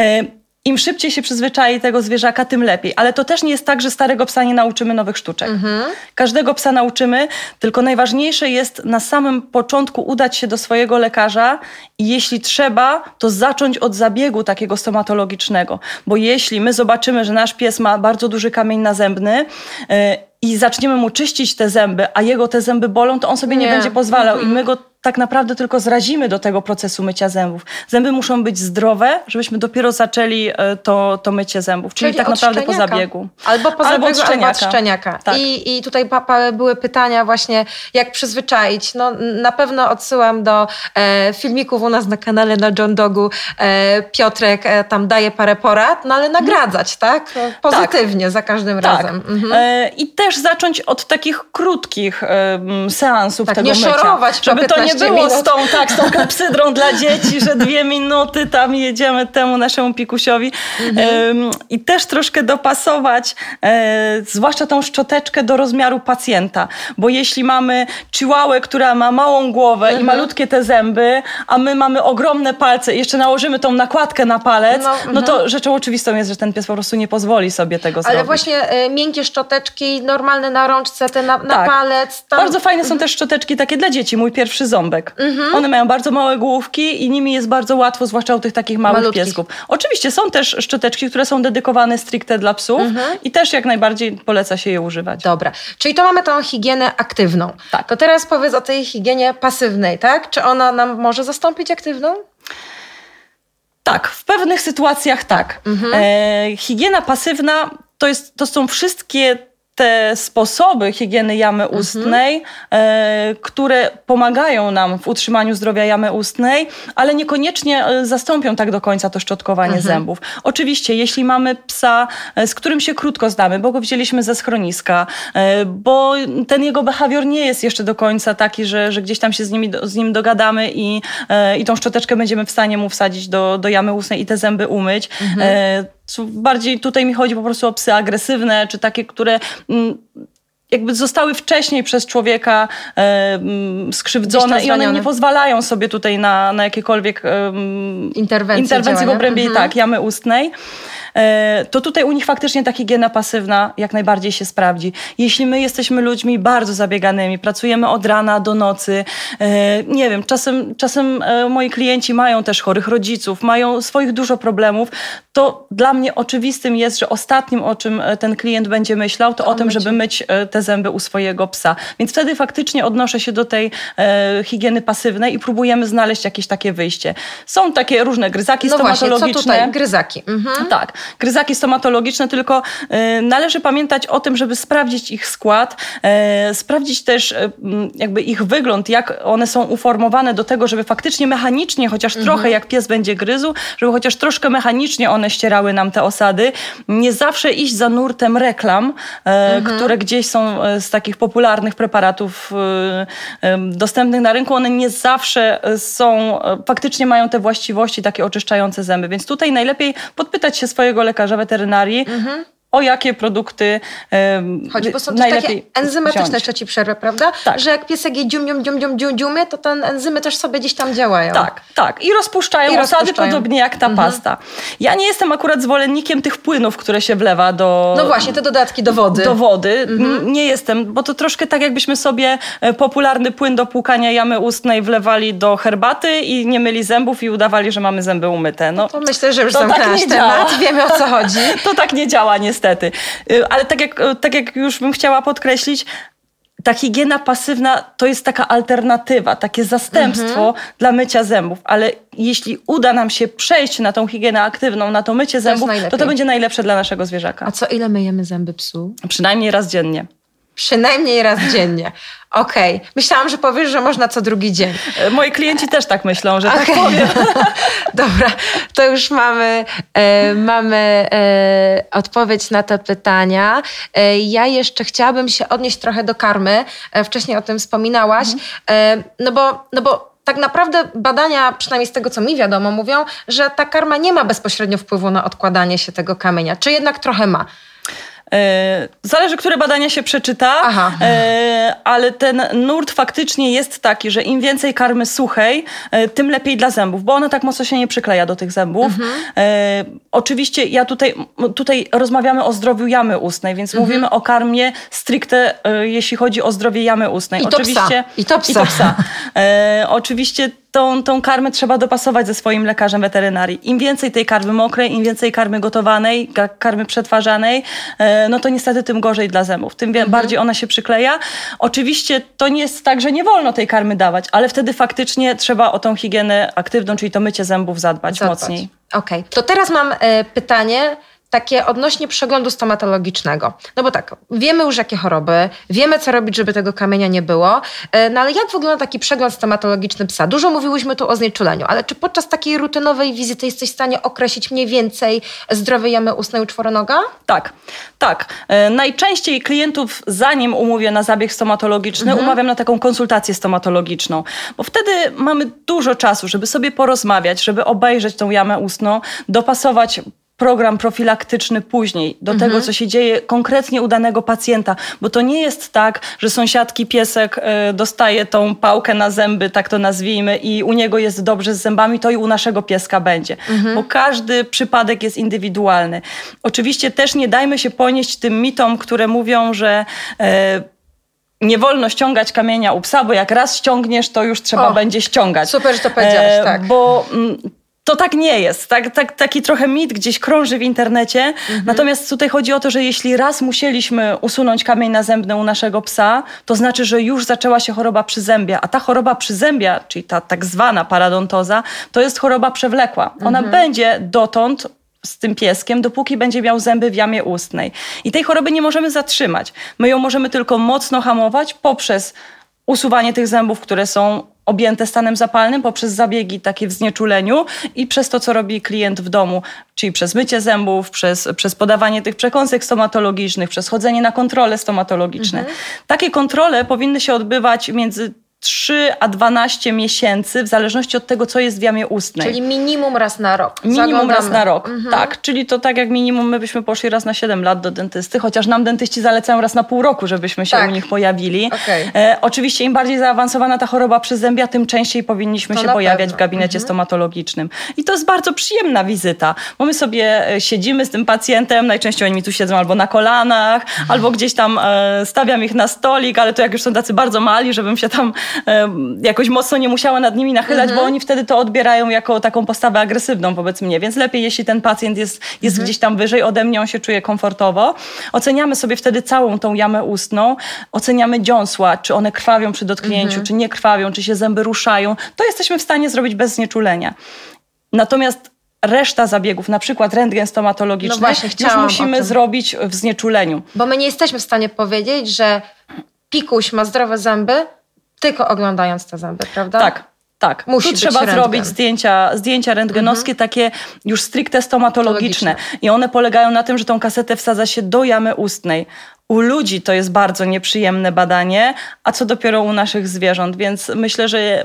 Im szybciej się przyzwyczai tego zwierzaka, tym lepiej. Ale to też nie jest tak, że starego psa nie nauczymy nowych sztuczek. Każdego psa nauczymy, tylko najważniejsze jest na samym początku udać się do swojego lekarza i jeśli trzeba, to zacząć od zabiegu takiego stomatologicznego. Bo jeśli my zobaczymy, że nasz pies ma bardzo duży kamień nazębny i zaczniemy mu czyścić te zęby, a jego te zęby bolą, to on sobie nie będzie pozwalał i my go tak naprawdę tylko zrazimy do tego procesu mycia zębów. Zęby muszą być zdrowe, żebyśmy dopiero zaczęli to mycie zębów. Czyli tak naprawdę po zabiegu. Albo od szczeniaka. Tak. I tutaj były pytania właśnie, jak przyzwyczaić. No, na pewno odsyłam do filmików u nas na kanale na John Dogu. Piotrek tam daje parę porad, no ale nagradzać, tak? Pozytywnie za każdym razem. I też zacząć od takich krótkich seansów tego mycia. Nie szorować, żeby to nie było z tą klepsydrą dla dzieci, że 2 minuty tam jedziemy temu naszemu pikusiowi. I też troszkę dopasować, zwłaszcza tą szczoteczkę do rozmiaru pacjenta. Bo jeśli mamy chihuahuę, która ma małą głowę i malutkie te zęby, a my mamy ogromne palce i jeszcze nałożymy tą nakładkę na palec, no to rzeczą oczywistą jest, że ten pies po prostu nie pozwoli sobie tego zrobić. Ale właśnie miękkie szczoteczki, normalne na rączce, te na palec. Tam... Bardzo fajne są też szczoteczki takie dla dzieci. Mój pierwszy ząbek. One mają bardzo małe główki i nimi jest bardzo łatwo, zwłaszcza u tych takich małych piesków. Oczywiście są też szczoteczki, które są dedykowane stricte dla psów i też jak najbardziej poleca się je używać. Dobra, czyli to mamy tą higienę aktywną. Tak. To teraz powiedz o tej higienie pasywnej, tak? Czy ona nam może zastąpić aktywną? Tak, w pewnych sytuacjach tak. Higiena pasywna to są wszystkie te sposoby higieny jamy ustnej, które pomagają nam w utrzymaniu zdrowia jamy ustnej, ale niekoniecznie zastąpią tak do końca to szczotkowanie zębów. Oczywiście, jeśli mamy psa, z którym się krótko znamy, bo go wzięliśmy ze schroniska, bo ten jego behawior nie jest jeszcze do końca taki, że gdzieś tam się z nim dogadamy i tą szczoteczkę będziemy w stanie mu wsadzić do jamy ustnej i te zęby umyć. Bardziej tutaj mi chodzi po prostu o psy agresywne, czy takie, które jakby zostały wcześniej przez człowieka skrzywdzone i one nie pozwalają sobie tutaj na jakiekolwiek interwencje w obrębie jamy ustnej. To tutaj u nich faktycznie ta higiena pasywna jak najbardziej się sprawdzi. Jeśli my jesteśmy ludźmi bardzo zabieganymi, pracujemy od rana do nocy, nie wiem, czasem moi klienci mają też chorych rodziców, mają swoich dużo problemów, to dla mnie oczywistym jest, że ostatnim, o czym ten klient będzie myślał, to o tym, żeby myć te zęby u swojego psa. Więc wtedy faktycznie odnoszę się do tej higieny pasywnej i próbujemy znaleźć jakieś takie wyjście. Są takie różne gryzaki stomatologiczne. Właśnie, co tutaj? Gryzaki. Tak, gryzaki stomatologiczne, tylko należy pamiętać o tym, żeby sprawdzić ich skład, sprawdzić też jakby ich wygląd, jak one są uformowane do tego, żeby faktycznie mechanicznie, chociaż trochę jak pies będzie gryzł, żeby chociaż troszkę mechanicznie one ścierały nam te osady. Nie zawsze iść za nurtem reklam, które gdzieś są z takich popularnych preparatów dostępnych na rynku. One nie zawsze faktycznie mają te właściwości takie oczyszczające zęby. Więc tutaj najlepiej podpytać się swojego lekarza weterynarii, o jakie produkty chodzi, bo są też takie enzymetyczne, jeszcze ci przerwę, prawda? Tak. Że jak piesek je dziumie, to te enzymy też sobie gdzieś tam działają. Tak. I rozpuszczają osady, podobnie jak ta pasta. Ja nie jestem akurat zwolennikiem tych płynów, które się wlewa do... No właśnie, te dodatki do wody. Do wody. Nie jestem, bo to troszkę tak jakbyśmy sobie popularny płyn do płukania jamy ustnej wlewali do herbaty i nie myli zębów i udawali, że mamy zęby umyte. No, to myślę, że już zamknęłaś temat. Wiemy, o co chodzi. To tak nie działa niestety. Ale tak jak już bym chciała podkreślić, ta higiena pasywna to jest taka alternatywa, takie zastępstwo dla mycia zębów. Ale jeśli uda nam się przejść na tą higienę aktywną, na to mycie zębów, to będzie najlepsze dla naszego zwierzaka. A co, ile myjemy zęby psu? Przynajmniej raz dziennie. Przynajmniej raz dziennie. Okej. Myślałam, że powiesz, że można co drugi dzień. Moi klienci też tak myślą, że tak powiem. Dobra, to już mamy odpowiedź na te pytania. Ja jeszcze chciałabym się odnieść trochę do karmy. Wcześniej o tym wspominałaś. No bo tak naprawdę badania, przynajmniej z tego, co mi wiadomo, mówią, że ta karma nie ma bezpośrednio wpływu na odkładanie się tego kamienia. Czy jednak trochę ma? Zależy, które badania się przeczyta, ale ten nurt faktycznie jest taki, że im więcej karmy suchej, tym lepiej dla zębów, bo ona tak mocno się nie przykleja do tych zębów. Oczywiście ja tutaj rozmawiamy o zdrowiu jamy ustnej, więc mówimy o karmie stricte, jeśli chodzi o zdrowie jamy ustnej. I to psa. Oczywiście tą karmę trzeba dopasować ze swoim lekarzem weterynarii. Im więcej tej karmy mokrej, im więcej karmy gotowanej, karmy przetwarzanej, no to niestety tym gorzej dla zębów. Tym bardziej ona się przykleja. Oczywiście to nie jest tak, że nie wolno tej karmy dawać, ale wtedy faktycznie trzeba o tą higienę aktywną, czyli to mycie zębów zadbać mocniej. Okej. To teraz mam pytanie takie odnośnie przeglądu stomatologicznego. No bo tak, wiemy już jakie choroby, wiemy co robić, żeby tego kamienia nie było, no ale jak wygląda taki przegląd stomatologiczny psa? Dużo mówiłyśmy tu o znieczuleniu, ale czy podczas takiej rutynowej wizyty jesteś w stanie określić mniej więcej zdrowie jamy ustnej u czworonoga? Tak. Najczęściej klientów, zanim umówię na zabieg stomatologiczny, umawiam na taką konsultację stomatologiczną, bo wtedy mamy dużo czasu, żeby sobie porozmawiać, żeby obejrzeć tą jamę ustną, dopasować program profilaktyczny później do tego, co się dzieje konkretnie u danego pacjenta, bo to nie jest tak, że sąsiadki piesek dostaje tą pałkę na zęby, tak to nazwijmy, i u niego jest dobrze z zębami, to i u naszego pieska będzie, bo każdy przypadek jest indywidualny. Oczywiście też nie dajmy się ponieść tym mitom, które mówią, że nie wolno ściągać kamienia u psa, bo jak raz ściągniesz, to już trzeba będzie ściągać. Super, że to powiedziałaś, tak. Bo to tak nie jest. Taki trochę mit gdzieś krąży w internecie. Natomiast tutaj chodzi o to, że jeśli raz musieliśmy usunąć kamień nazębny u naszego psa, to znaczy, że już zaczęła się choroba przyzębia. A ta choroba przyzębia, czyli ta tak zwana paradontoza, to jest choroba przewlekła. Ona będzie dotąd z tym pieskiem, dopóki będzie miał zęby w jamie ustnej. I tej choroby nie możemy zatrzymać. My ją możemy tylko mocno hamować poprzez usuwanie tych zębów, które są objęte stanem zapalnym, poprzez zabiegi takie w znieczuleniu i przez to, co robi klient w domu, czyli przez mycie zębów, przez podawanie tych przekąsek stomatologicznych, przez chodzenie na kontrole stomatologiczne. Takie kontrole powinny się odbywać między 3 a 12 miesięcy, w zależności od tego, co jest w jamie ustnej. Czyli minimum raz na rok. Minimum raz na rok, tak. Czyli to tak jak minimum my byśmy poszli raz na 7 lat do dentysty, chociaż nam dentyści zalecają raz na pół roku, żebyśmy się u nich pojawili. Oczywiście im bardziej zaawansowana ta choroba przyzębia, tym częściej powinniśmy się pojawiać w gabinecie stomatologicznym. I to jest bardzo przyjemna wizyta, bo my sobie siedzimy z tym pacjentem, najczęściej oni mi tu siedzą albo na kolanach, albo gdzieś tam stawiam ich na stolik, ale to jak już są tacy bardzo mali, żebym się tam jakoś mocno nie musiała nad nimi nachylać, bo oni wtedy to odbierają jako taką postawę agresywną wobec mnie, więc lepiej, jeśli ten pacjent jest gdzieś tam wyżej ode mnie, on się czuje komfortowo. Oceniamy sobie wtedy całą tą jamę ustną, oceniamy dziąsła, czy one krwawią przy dotknięciu, czy nie krwawią, czy się zęby ruszają. To jesteśmy w stanie zrobić bez znieczulenia. Natomiast reszta zabiegów, na przykład rentgen stomatologiczny, już musimy zrobić w znieczuleniu. Bo my nie jesteśmy w stanie powiedzieć, że pikuś ma zdrowe zęby, tylko oglądając te zęby, prawda? Tak. Tu trzeba zrobić zdjęcia rentgenowskie, takie już stricte stomatologiczne. I one polegają na tym, że tą kasetę wsadza się do jamy ustnej. U ludzi to jest bardzo nieprzyjemne badanie, a co dopiero u naszych zwierząt. Więc myślę, że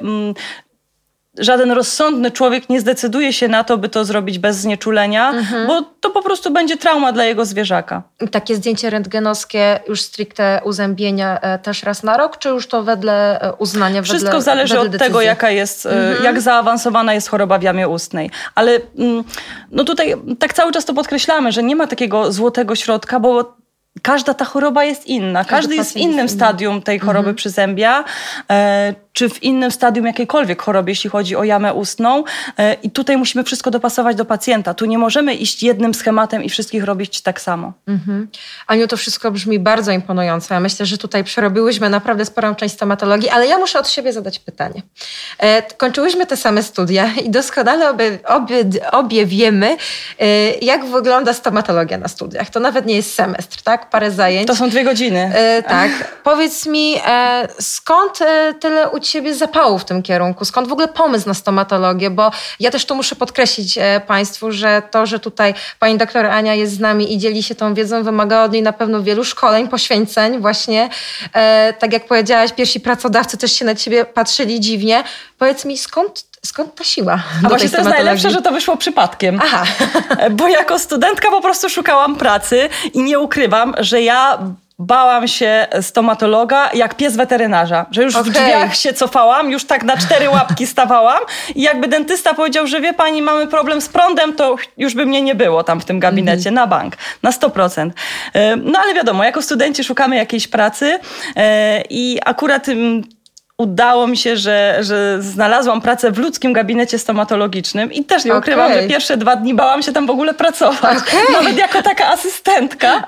żaden rozsądny człowiek nie zdecyduje się na to, by to zrobić bez znieczulenia, bo to po prostu będzie trauma dla jego zwierzaka. Takie zdjęcie rentgenowskie, już stricte uzębienia też raz na rok, czy już to wedle uznania? Wszystko zależy od tego, jaka jest, jak zaawansowana jest choroba w jamie ustnej. Ale no tutaj tak cały czas to podkreślamy, że nie ma takiego złotego środka, bo każda ta choroba jest inna. Każdy jest w innym stadium tej choroby przyzębia, czy w innym stadium jakiejkolwiek choroby, jeśli chodzi o jamę ustną. I tutaj musimy wszystko dopasować do pacjenta. Tu nie możemy iść jednym schematem i wszystkich robić tak samo. Aniu, to wszystko brzmi bardzo imponująco. Ja myślę, że tutaj przerobiłyśmy naprawdę sporą część stomatologii, ale ja muszę od siebie zadać pytanie. Kończyłyśmy te same studia i doskonale obie wiemy, jak wygląda stomatologia na studiach. To nawet nie jest semestr, tak? Parę zajęć. To są 2 godziny. Tak. Powiedz mi, skąd tyle u ciebie zapału w tym kierunku? Skąd w ogóle pomysł na stomatologię? Bo ja też tu muszę podkreślić Państwu, że to, że tutaj pani doktor Ania jest z nami i dzieli się tą wiedzą, wymaga od niej na pewno wielu szkoleń, poświęceń właśnie. Tak jak powiedziałaś, pierwsi pracodawcy też się na ciebie patrzyli dziwnie. Powiedz mi, skąd ta siła? A właśnie to jest najlepsze, że to wyszło przypadkiem. Aha. Bo jako studentka po prostu szukałam pracy i nie ukrywam, że ja bałam się stomatologa jak pies weterynarza, że już w drzwiach się cofałam, już tak na 4 łapki stawałam i jakby dentysta powiedział, że wie pani, mamy problem z prądem, to już by mnie nie było tam w tym gabinecie, na bank, na 100%. No ale wiadomo, jako studenci szukamy jakiejś pracy i akurat udało mi się, że znalazłam pracę w ludzkim gabinecie stomatologicznym i też nie ukrywam, że pierwsze 2 dni bałam się tam w ogóle pracować. Nawet jako taka asystentka.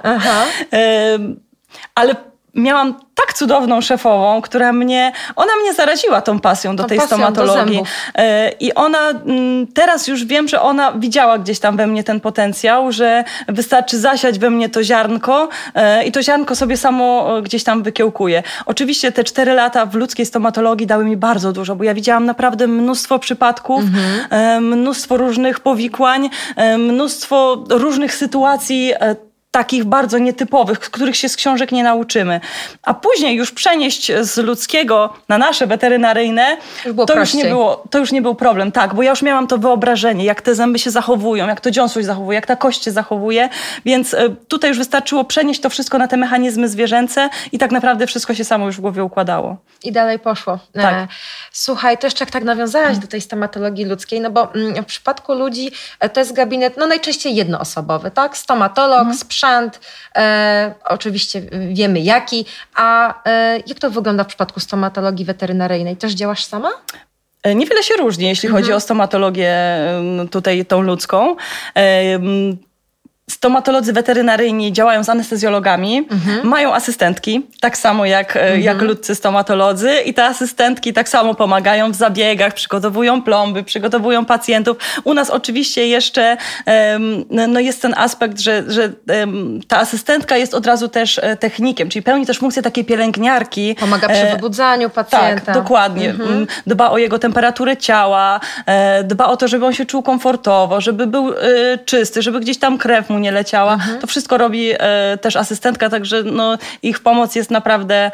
Ale miałam tak cudowną szefową, która mnie zaraziła tą pasją do tej stomatologii. I ona, teraz już wiem, że ona widziała gdzieś tam we mnie ten potencjał, że wystarczy zasiać we mnie to ziarnko i to ziarnko sobie samo gdzieś tam wykiełkuje. Oczywiście te 4 lata w ludzkiej stomatologii dały mi bardzo dużo, bo ja widziałam naprawdę mnóstwo przypadków, mnóstwo różnych powikłań, mnóstwo różnych sytuacji, takich bardzo nietypowych, których się z książek nie nauczymy. A później już przenieść z ludzkiego na nasze weterynaryjne, to już nie był problem. Tak, bo ja już miałam to wyobrażenie, jak te zęby się zachowują, jak to dziąsło się zachowuje, jak ta kość się zachowuje, więc tutaj już wystarczyło przenieść to wszystko na te mechanizmy zwierzęce i tak naprawdę wszystko się samo już w głowie układało. I dalej poszło. Tak. Słuchaj, to jeszcze jak tak nawiązałaś do tej stomatologii ludzkiej, no bo w przypadku ludzi to jest gabinet najczęściej jednoosobowy, tak? Stomatolog, sprzęt, oczywiście wiemy jaki, a jak to wygląda w przypadku stomatologii weterynaryjnej? Też działasz sama? Niewiele się różni, jeśli chodzi o stomatologię tutaj tą ludzką. stomatolodzy weterynaryjni działają z anestezjologami, mają asystentki, tak samo jak ludcy stomatolodzy i te asystentki tak samo pomagają w zabiegach, przygotowują plomby, przygotowują pacjentów. U nas oczywiście jeszcze jest ten aspekt, że ta asystentka jest od razu też technikiem, czyli pełni też funkcję takiej pielęgniarki. Pomaga przy wybudzaniu pacjenta. Tak, dokładnie. Dba o jego temperaturę ciała, dba o to, żeby on się czuł komfortowo, żeby był czysty, żeby gdzieś tam krew mu nie leciała. To wszystko robi też asystentka, także ich pomoc jest naprawdę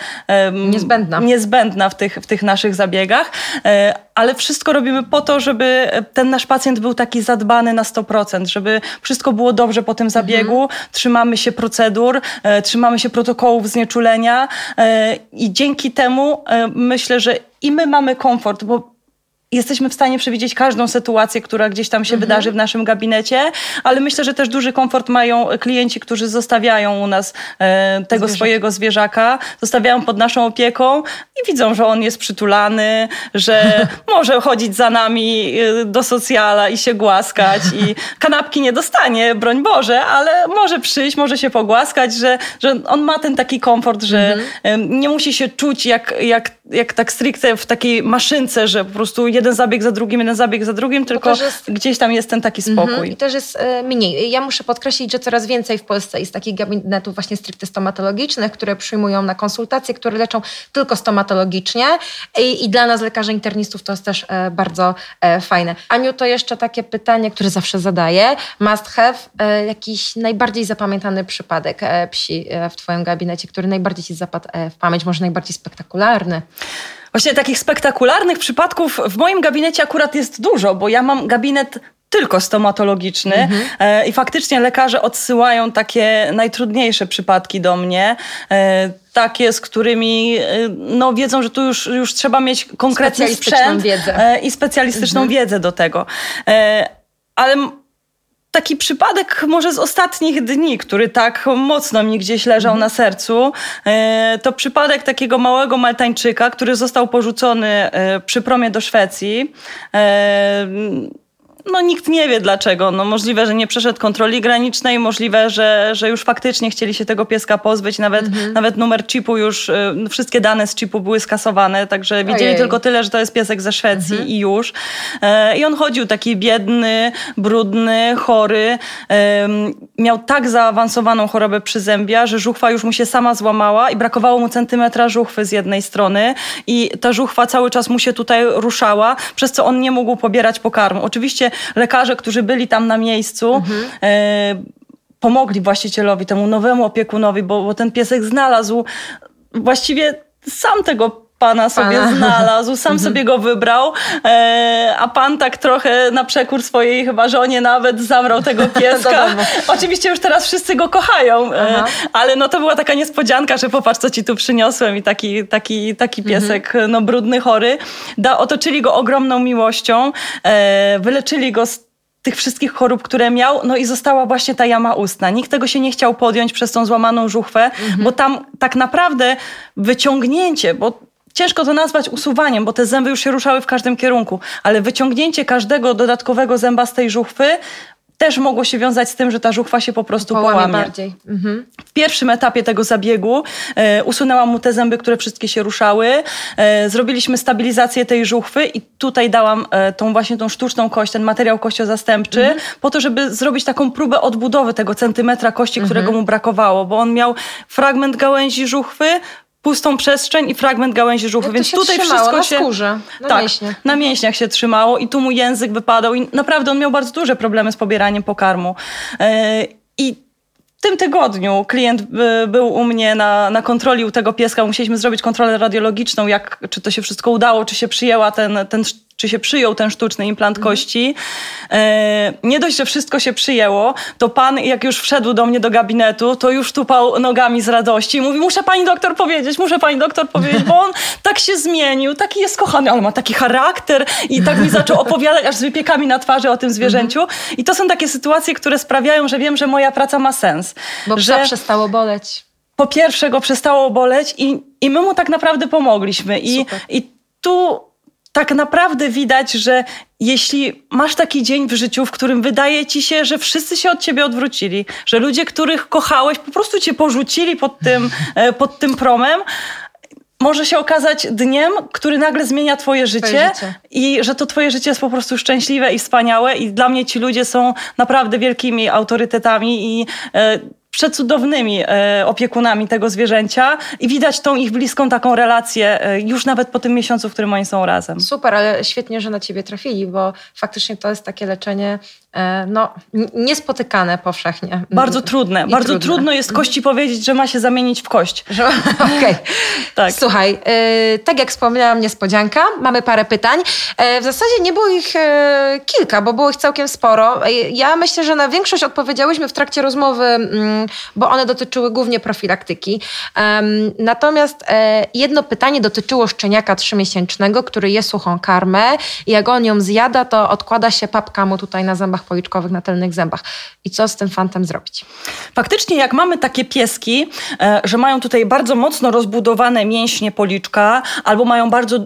niezbędna w tych naszych zabiegach. Ale wszystko robimy po to, żeby ten nasz pacjent był taki zadbany na 100%, żeby wszystko było dobrze po tym zabiegu. Trzymamy się procedur, trzymamy się protokołów znieczulenia i dzięki temu myślę, że i my mamy komfort, bo jesteśmy w stanie przewidzieć każdą sytuację, która gdzieś tam się wydarzy w naszym gabinecie, ale myślę, że też duży komfort mają klienci, którzy zostawiają u nas tego swojego zwierzaka, zostawiają pod naszą opieką i widzą, że on jest przytulany, że może chodzić za nami do socjala i się głaskać i kanapki nie dostanie, broń Boże, ale może przyjść, może się pogłaskać, że on ma ten taki komfort, że nie musi się czuć jak tak stricte w takiej maszynce, że po prostu jeden zabieg za drugim, tylko gdzieś tam jest ten taki spokój. I też jest mniej. Ja muszę podkreślić, że coraz więcej w Polsce jest takich gabinetów właśnie stricte stomatologicznych, które przyjmują na konsultacje, które leczą tylko stomatologicznie i dla nas, lekarzy internistów, to jest też bardzo fajne. Aniu, to jeszcze takie pytanie, które zawsze zadaję. Must have, jakiś najbardziej zapamiętany przypadek psi w twoim gabinecie, który najbardziej ci zapadł w pamięć, może najbardziej spektakularny? Właśnie takich spektakularnych przypadków w moim gabinecie akurat jest dużo, bo ja mam gabinet tylko stomatologiczny i faktycznie lekarze odsyłają takie najtrudniejsze przypadki do mnie. Takie, z którymi wiedzą, że tu już trzeba mieć konkretny sprzęt i specjalistyczną wiedzę do tego. Ale taki przypadek może z ostatnich dni, który tak mocno mi gdzieś leżał na sercu, to przypadek takiego małego Maltańczyka, który został porzucony przy promie do Szwecji. Nikt nie wie dlaczego. Możliwe, że nie przeszedł kontroli granicznej, możliwe, że już faktycznie chcieli się tego pieska pozbyć. Nawet numer chipu już, wszystkie dane z chipu były skasowane, także widzieli tylko tyle, że to jest piesek ze Szwecji i już. I on chodził taki biedny, brudny, chory. Miał tak zaawansowaną chorobę przyzębia, że żuchwa już mu się sama złamała i brakowało mu centymetra żuchwy z jednej strony i ta żuchwa cały czas mu się tutaj ruszała, przez co on nie mógł pobierać pokarmu. Oczywiście lekarze, którzy byli tam na miejscu, pomogli właścicielowi, temu nowemu opiekunowi, bo ten piesek znalazł właściwie sam tego pana sobie znalazł, sam sobie go wybrał, a pan tak trochę na przekór swojej chyba żonie nawet zabrał tego pieska. Oczywiście już teraz wszyscy go kochają, ale to była taka niespodzianka, że popatrz, co ci tu przyniosłem i taki piesek, brudny, chory. Otoczyli go ogromną miłością, wyleczyli go z tych wszystkich chorób, które miał, i została właśnie ta jama ustna. Nikt tego się nie chciał podjąć przez tą złamaną żuchwę, bo tam tak naprawdę wyciągnięcie, bo ciężko to nazwać usuwaniem, bo te zęby już się ruszały w każdym kierunku, ale wyciągnięcie każdego dodatkowego zęba z tej żuchwy też mogło się wiązać z tym, że ta żuchwa się po prostu połamie. Bardziej. W pierwszym etapie tego zabiegu usunęłam mu te zęby, które wszystkie się ruszały. Zrobiliśmy stabilizację tej żuchwy i tutaj dałam tą sztuczną kość, ten materiał kościozastępczy, po to, żeby zrobić taką próbę odbudowy tego centymetra kości, którego mu brakowało, bo on miał fragment gałęzi żuchwy, pustą przestrzeń i fragment gałęzi żuchwy, więc tutaj wszystko na skórze, mięśniach. Na mięśniach się trzymało i tu mu język wypadał i naprawdę on miał bardzo duże problemy z pobieraniem pokarmu. I w tym tygodniu klient był u mnie na kontroli u tego pieska. Musieliśmy zrobić kontrolę radiologiczną, czy to się wszystko udało, czy się czy się przyjął ten sztuczny implant kości. Nie dość, że wszystko się przyjęło, to pan, jak już wszedł do mnie do gabinetu, to już tupał nogami z radości i mówi, muszę pani doktor powiedzieć, bo on tak się zmienił, taki jest kochany, ale ma taki charakter i tak mi zaczął opowiadać, aż z wypiekami na twarzy o tym zwierzęciu. I to są takie sytuacje, które sprawiają, że wiem, że moja praca ma sens. Bo psa przestało boleć. Po pierwsze go przestało boleć i my mu tak naprawdę pomogliśmy. I tu tak naprawdę widać, że jeśli masz taki dzień w życiu, w którym wydaje ci się, że wszyscy się od ciebie odwrócili, że ludzie, których kochałeś, po prostu cię porzucili pod tym promem, może się okazać dniem, który nagle zmienia twoje życie i że to twoje życie jest po prostu szczęśliwe i wspaniałe i dla mnie ci ludzie są naprawdę wielkimi autorytetami i przecudownymi opiekunami tego zwierzęcia i widać tą ich bliską taką relację już nawet po tym miesiącu, w którym oni są razem. Super, ale świetnie, że na ciebie trafili, bo faktycznie to jest takie leczenie niespotykane powszechnie. Bardzo trudne. Bardzo trudno jest kości powiedzieć, że ma się zamienić w kość. Okej. Tak. Słuchaj, tak jak wspomniałam, niespodzianka. Mamy parę pytań. W zasadzie nie było ich kilka, bo było ich całkiem sporo. Ja myślę, że na większość odpowiedziałyśmy w trakcie rozmowy, bo one dotyczyły głównie profilaktyki. Natomiast jedno pytanie dotyczyło szczeniaka 3-miesięcznego, który je suchą karmę i jak on ją zjada, to odkłada się papka mu tutaj na zębach policzkowych, na tylnych zębach. I co z tym fantem zrobić? Faktycznie jak mamy takie pieski, że mają tutaj bardzo mocno rozbudowane mięśnie policzka albo mają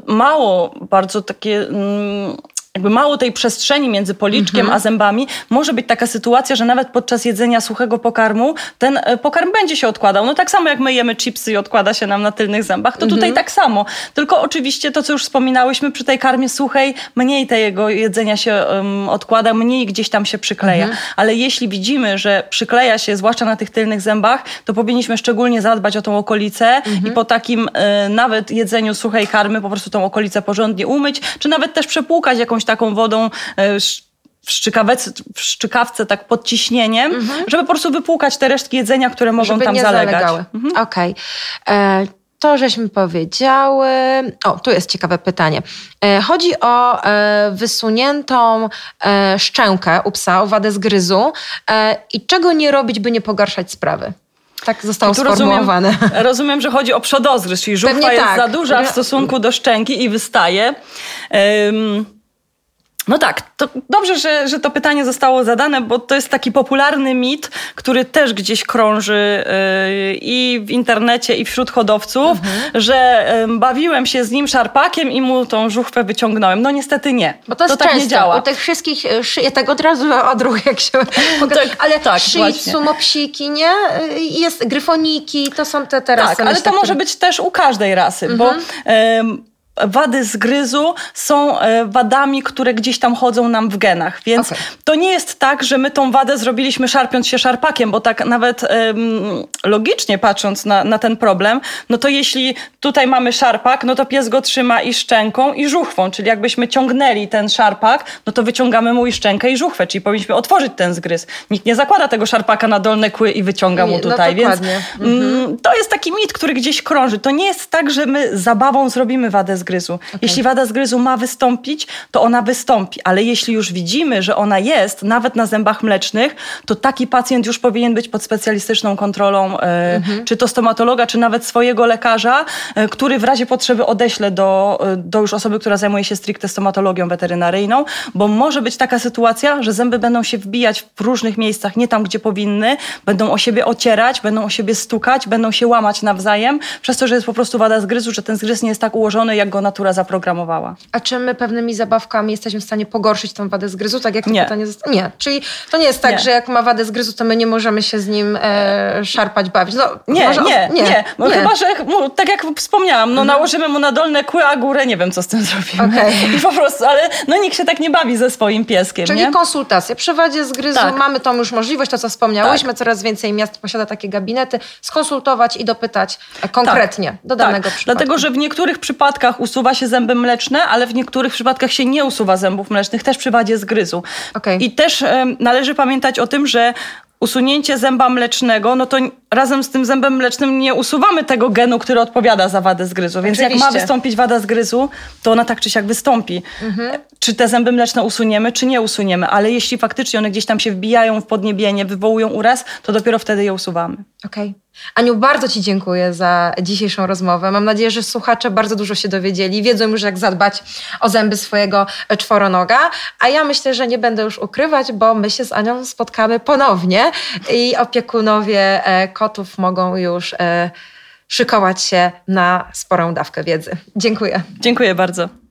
bardzo takie... jakby mało tej przestrzeni między policzkiem a zębami, może być taka sytuacja, że nawet podczas jedzenia suchego pokarmu ten pokarm będzie się odkładał. No tak samo jak my jemy chipsy i odkłada się nam na tylnych zębach, to tutaj tak samo. Tylko oczywiście to, co już wspominałyśmy, przy tej karmie suchej mniej tego jedzenia się odkłada, mniej gdzieś tam się przykleja. Ale jeśli widzimy, że przykleja się, zwłaszcza na tych tylnych zębach, to powinniśmy szczególnie zadbać o tą okolicę i po takim nawet jedzeniu suchej karmy po prostu tą okolicę porządnie umyć, czy nawet też przepłukać jakąś taką wodą w szczykawce tak pod ciśnieniem, żeby po prostu wypłukać te resztki jedzenia, które mogą żeby tam nie zalegać. Okej. To żeśmy powiedziały... O, tu jest ciekawe pytanie. Chodzi o wysuniętą szczękę u psa, o wadę zgryzu i czego nie robić, by nie pogarszać sprawy? Tak zostało sformułowane. Rozumiem, że chodzi o przodozgryz, czyli żuchwa jest za duża w stosunku do szczęki i wystaje. No tak, to dobrze, że to pytanie zostało zadane, bo to jest taki popularny mit, który też gdzieś krąży i w internecie, i wśród hodowców, że bawiłem się z nim szarpakiem i mu tą żuchwę wyciągnąłem. No niestety nie. Bo to jest tak często, nie działa. U tych wszystkich szyję tak od razu odruch, jak się... ale szyjcu, mopsiki, nie? Jest gryfoniki, to są te rasy. Tak, ale to może być też u każdej rasy, bo... Wady zgryzu są wadami, które gdzieś tam chodzą nam w genach, więc to nie jest tak, że my tą wadę zrobiliśmy szarpiąc się szarpakiem, bo tak nawet logicznie patrząc na ten problem, no to jeśli tutaj mamy szarpak, no to pies go trzyma i szczęką i żuchwą, czyli jakbyśmy ciągnęli ten szarpak, no to wyciągamy mu i szczękę i żuchwę, czyli powinniśmy otworzyć ten zgryz. Nikt nie zakłada tego szarpaka na dolne kły i wyciąga mu tutaj, więc to jest taki mit, który gdzieś krąży. To nie jest tak, że my zabawą zrobimy wadę zgryzu. Jeśli wada zgryzu ma wystąpić, to ona wystąpi. Ale jeśli już widzimy, że ona jest, nawet na zębach mlecznych, to taki pacjent już powinien być pod specjalistyczną kontrolą, czy to stomatologa, czy nawet swojego lekarza, który w razie potrzeby odeśle do już osoby, która zajmuje się stricte stomatologią weterynaryjną, bo może być taka sytuacja, że zęby będą się wbijać w różnych miejscach, nie tam, gdzie powinny, będą o siebie ocierać, będą o siebie stukać, będą się łamać nawzajem, przez to, że jest po prostu wada zgryzu, że ten zgryz nie jest tak ułożony, jak go natura zaprogramowała. A czy my pewnymi zabawkami jesteśmy w stanie pogorszyć tą wadę zgryzu? Tak jak to pytanie zostało? Nie. Czyli to nie jest tak, że jak ma wadę zgryzu, to my nie możemy się z nim szarpać, bawić. No, nie. Chyba, że tak jak wspomniałam, nałożymy mu na dolne kły, a górę nie wiem, co z tym zrobimy. I po prostu, ale nikt się tak nie bawi ze swoim pieskiem. Czyli konsultacje. Przy wadzie zgryzu mamy tą już możliwość, to co wspomniałyśmy, coraz więcej miast posiada takie gabinety, skonsultować i dopytać konkretnie do danego przypadku. Dlatego, że w niektórych przypadkach usuwa się zęby mleczne, ale w niektórych przypadkach się nie usuwa zębów mlecznych, też przy wadzie zgryzu. I też należy pamiętać o tym, że usunięcie zęba mlecznego, no to razem z tym zębem mlecznym nie usuwamy tego genu, który odpowiada za wadę zgryzu. Więc jak ma wystąpić wada zgryzu, to ona tak czy siak wystąpi. Czy te zęby mleczne usuniemy, czy nie usuniemy. Ale jeśli faktycznie one gdzieś tam się wbijają w podniebienie, wywołują uraz, to dopiero wtedy je usuwamy. Aniu, bardzo Ci dziękuję za dzisiejszą rozmowę. Mam nadzieję, że słuchacze bardzo dużo się dowiedzieli. Wiedzą już, jak zadbać o zęby swojego czworonoga. A ja myślę, że nie będę już ukrywać, bo my się z Anią spotkamy ponownie i opiekunowie kotów mogą już szykować się na sporą dawkę wiedzy. Dziękuję. Dziękuję bardzo.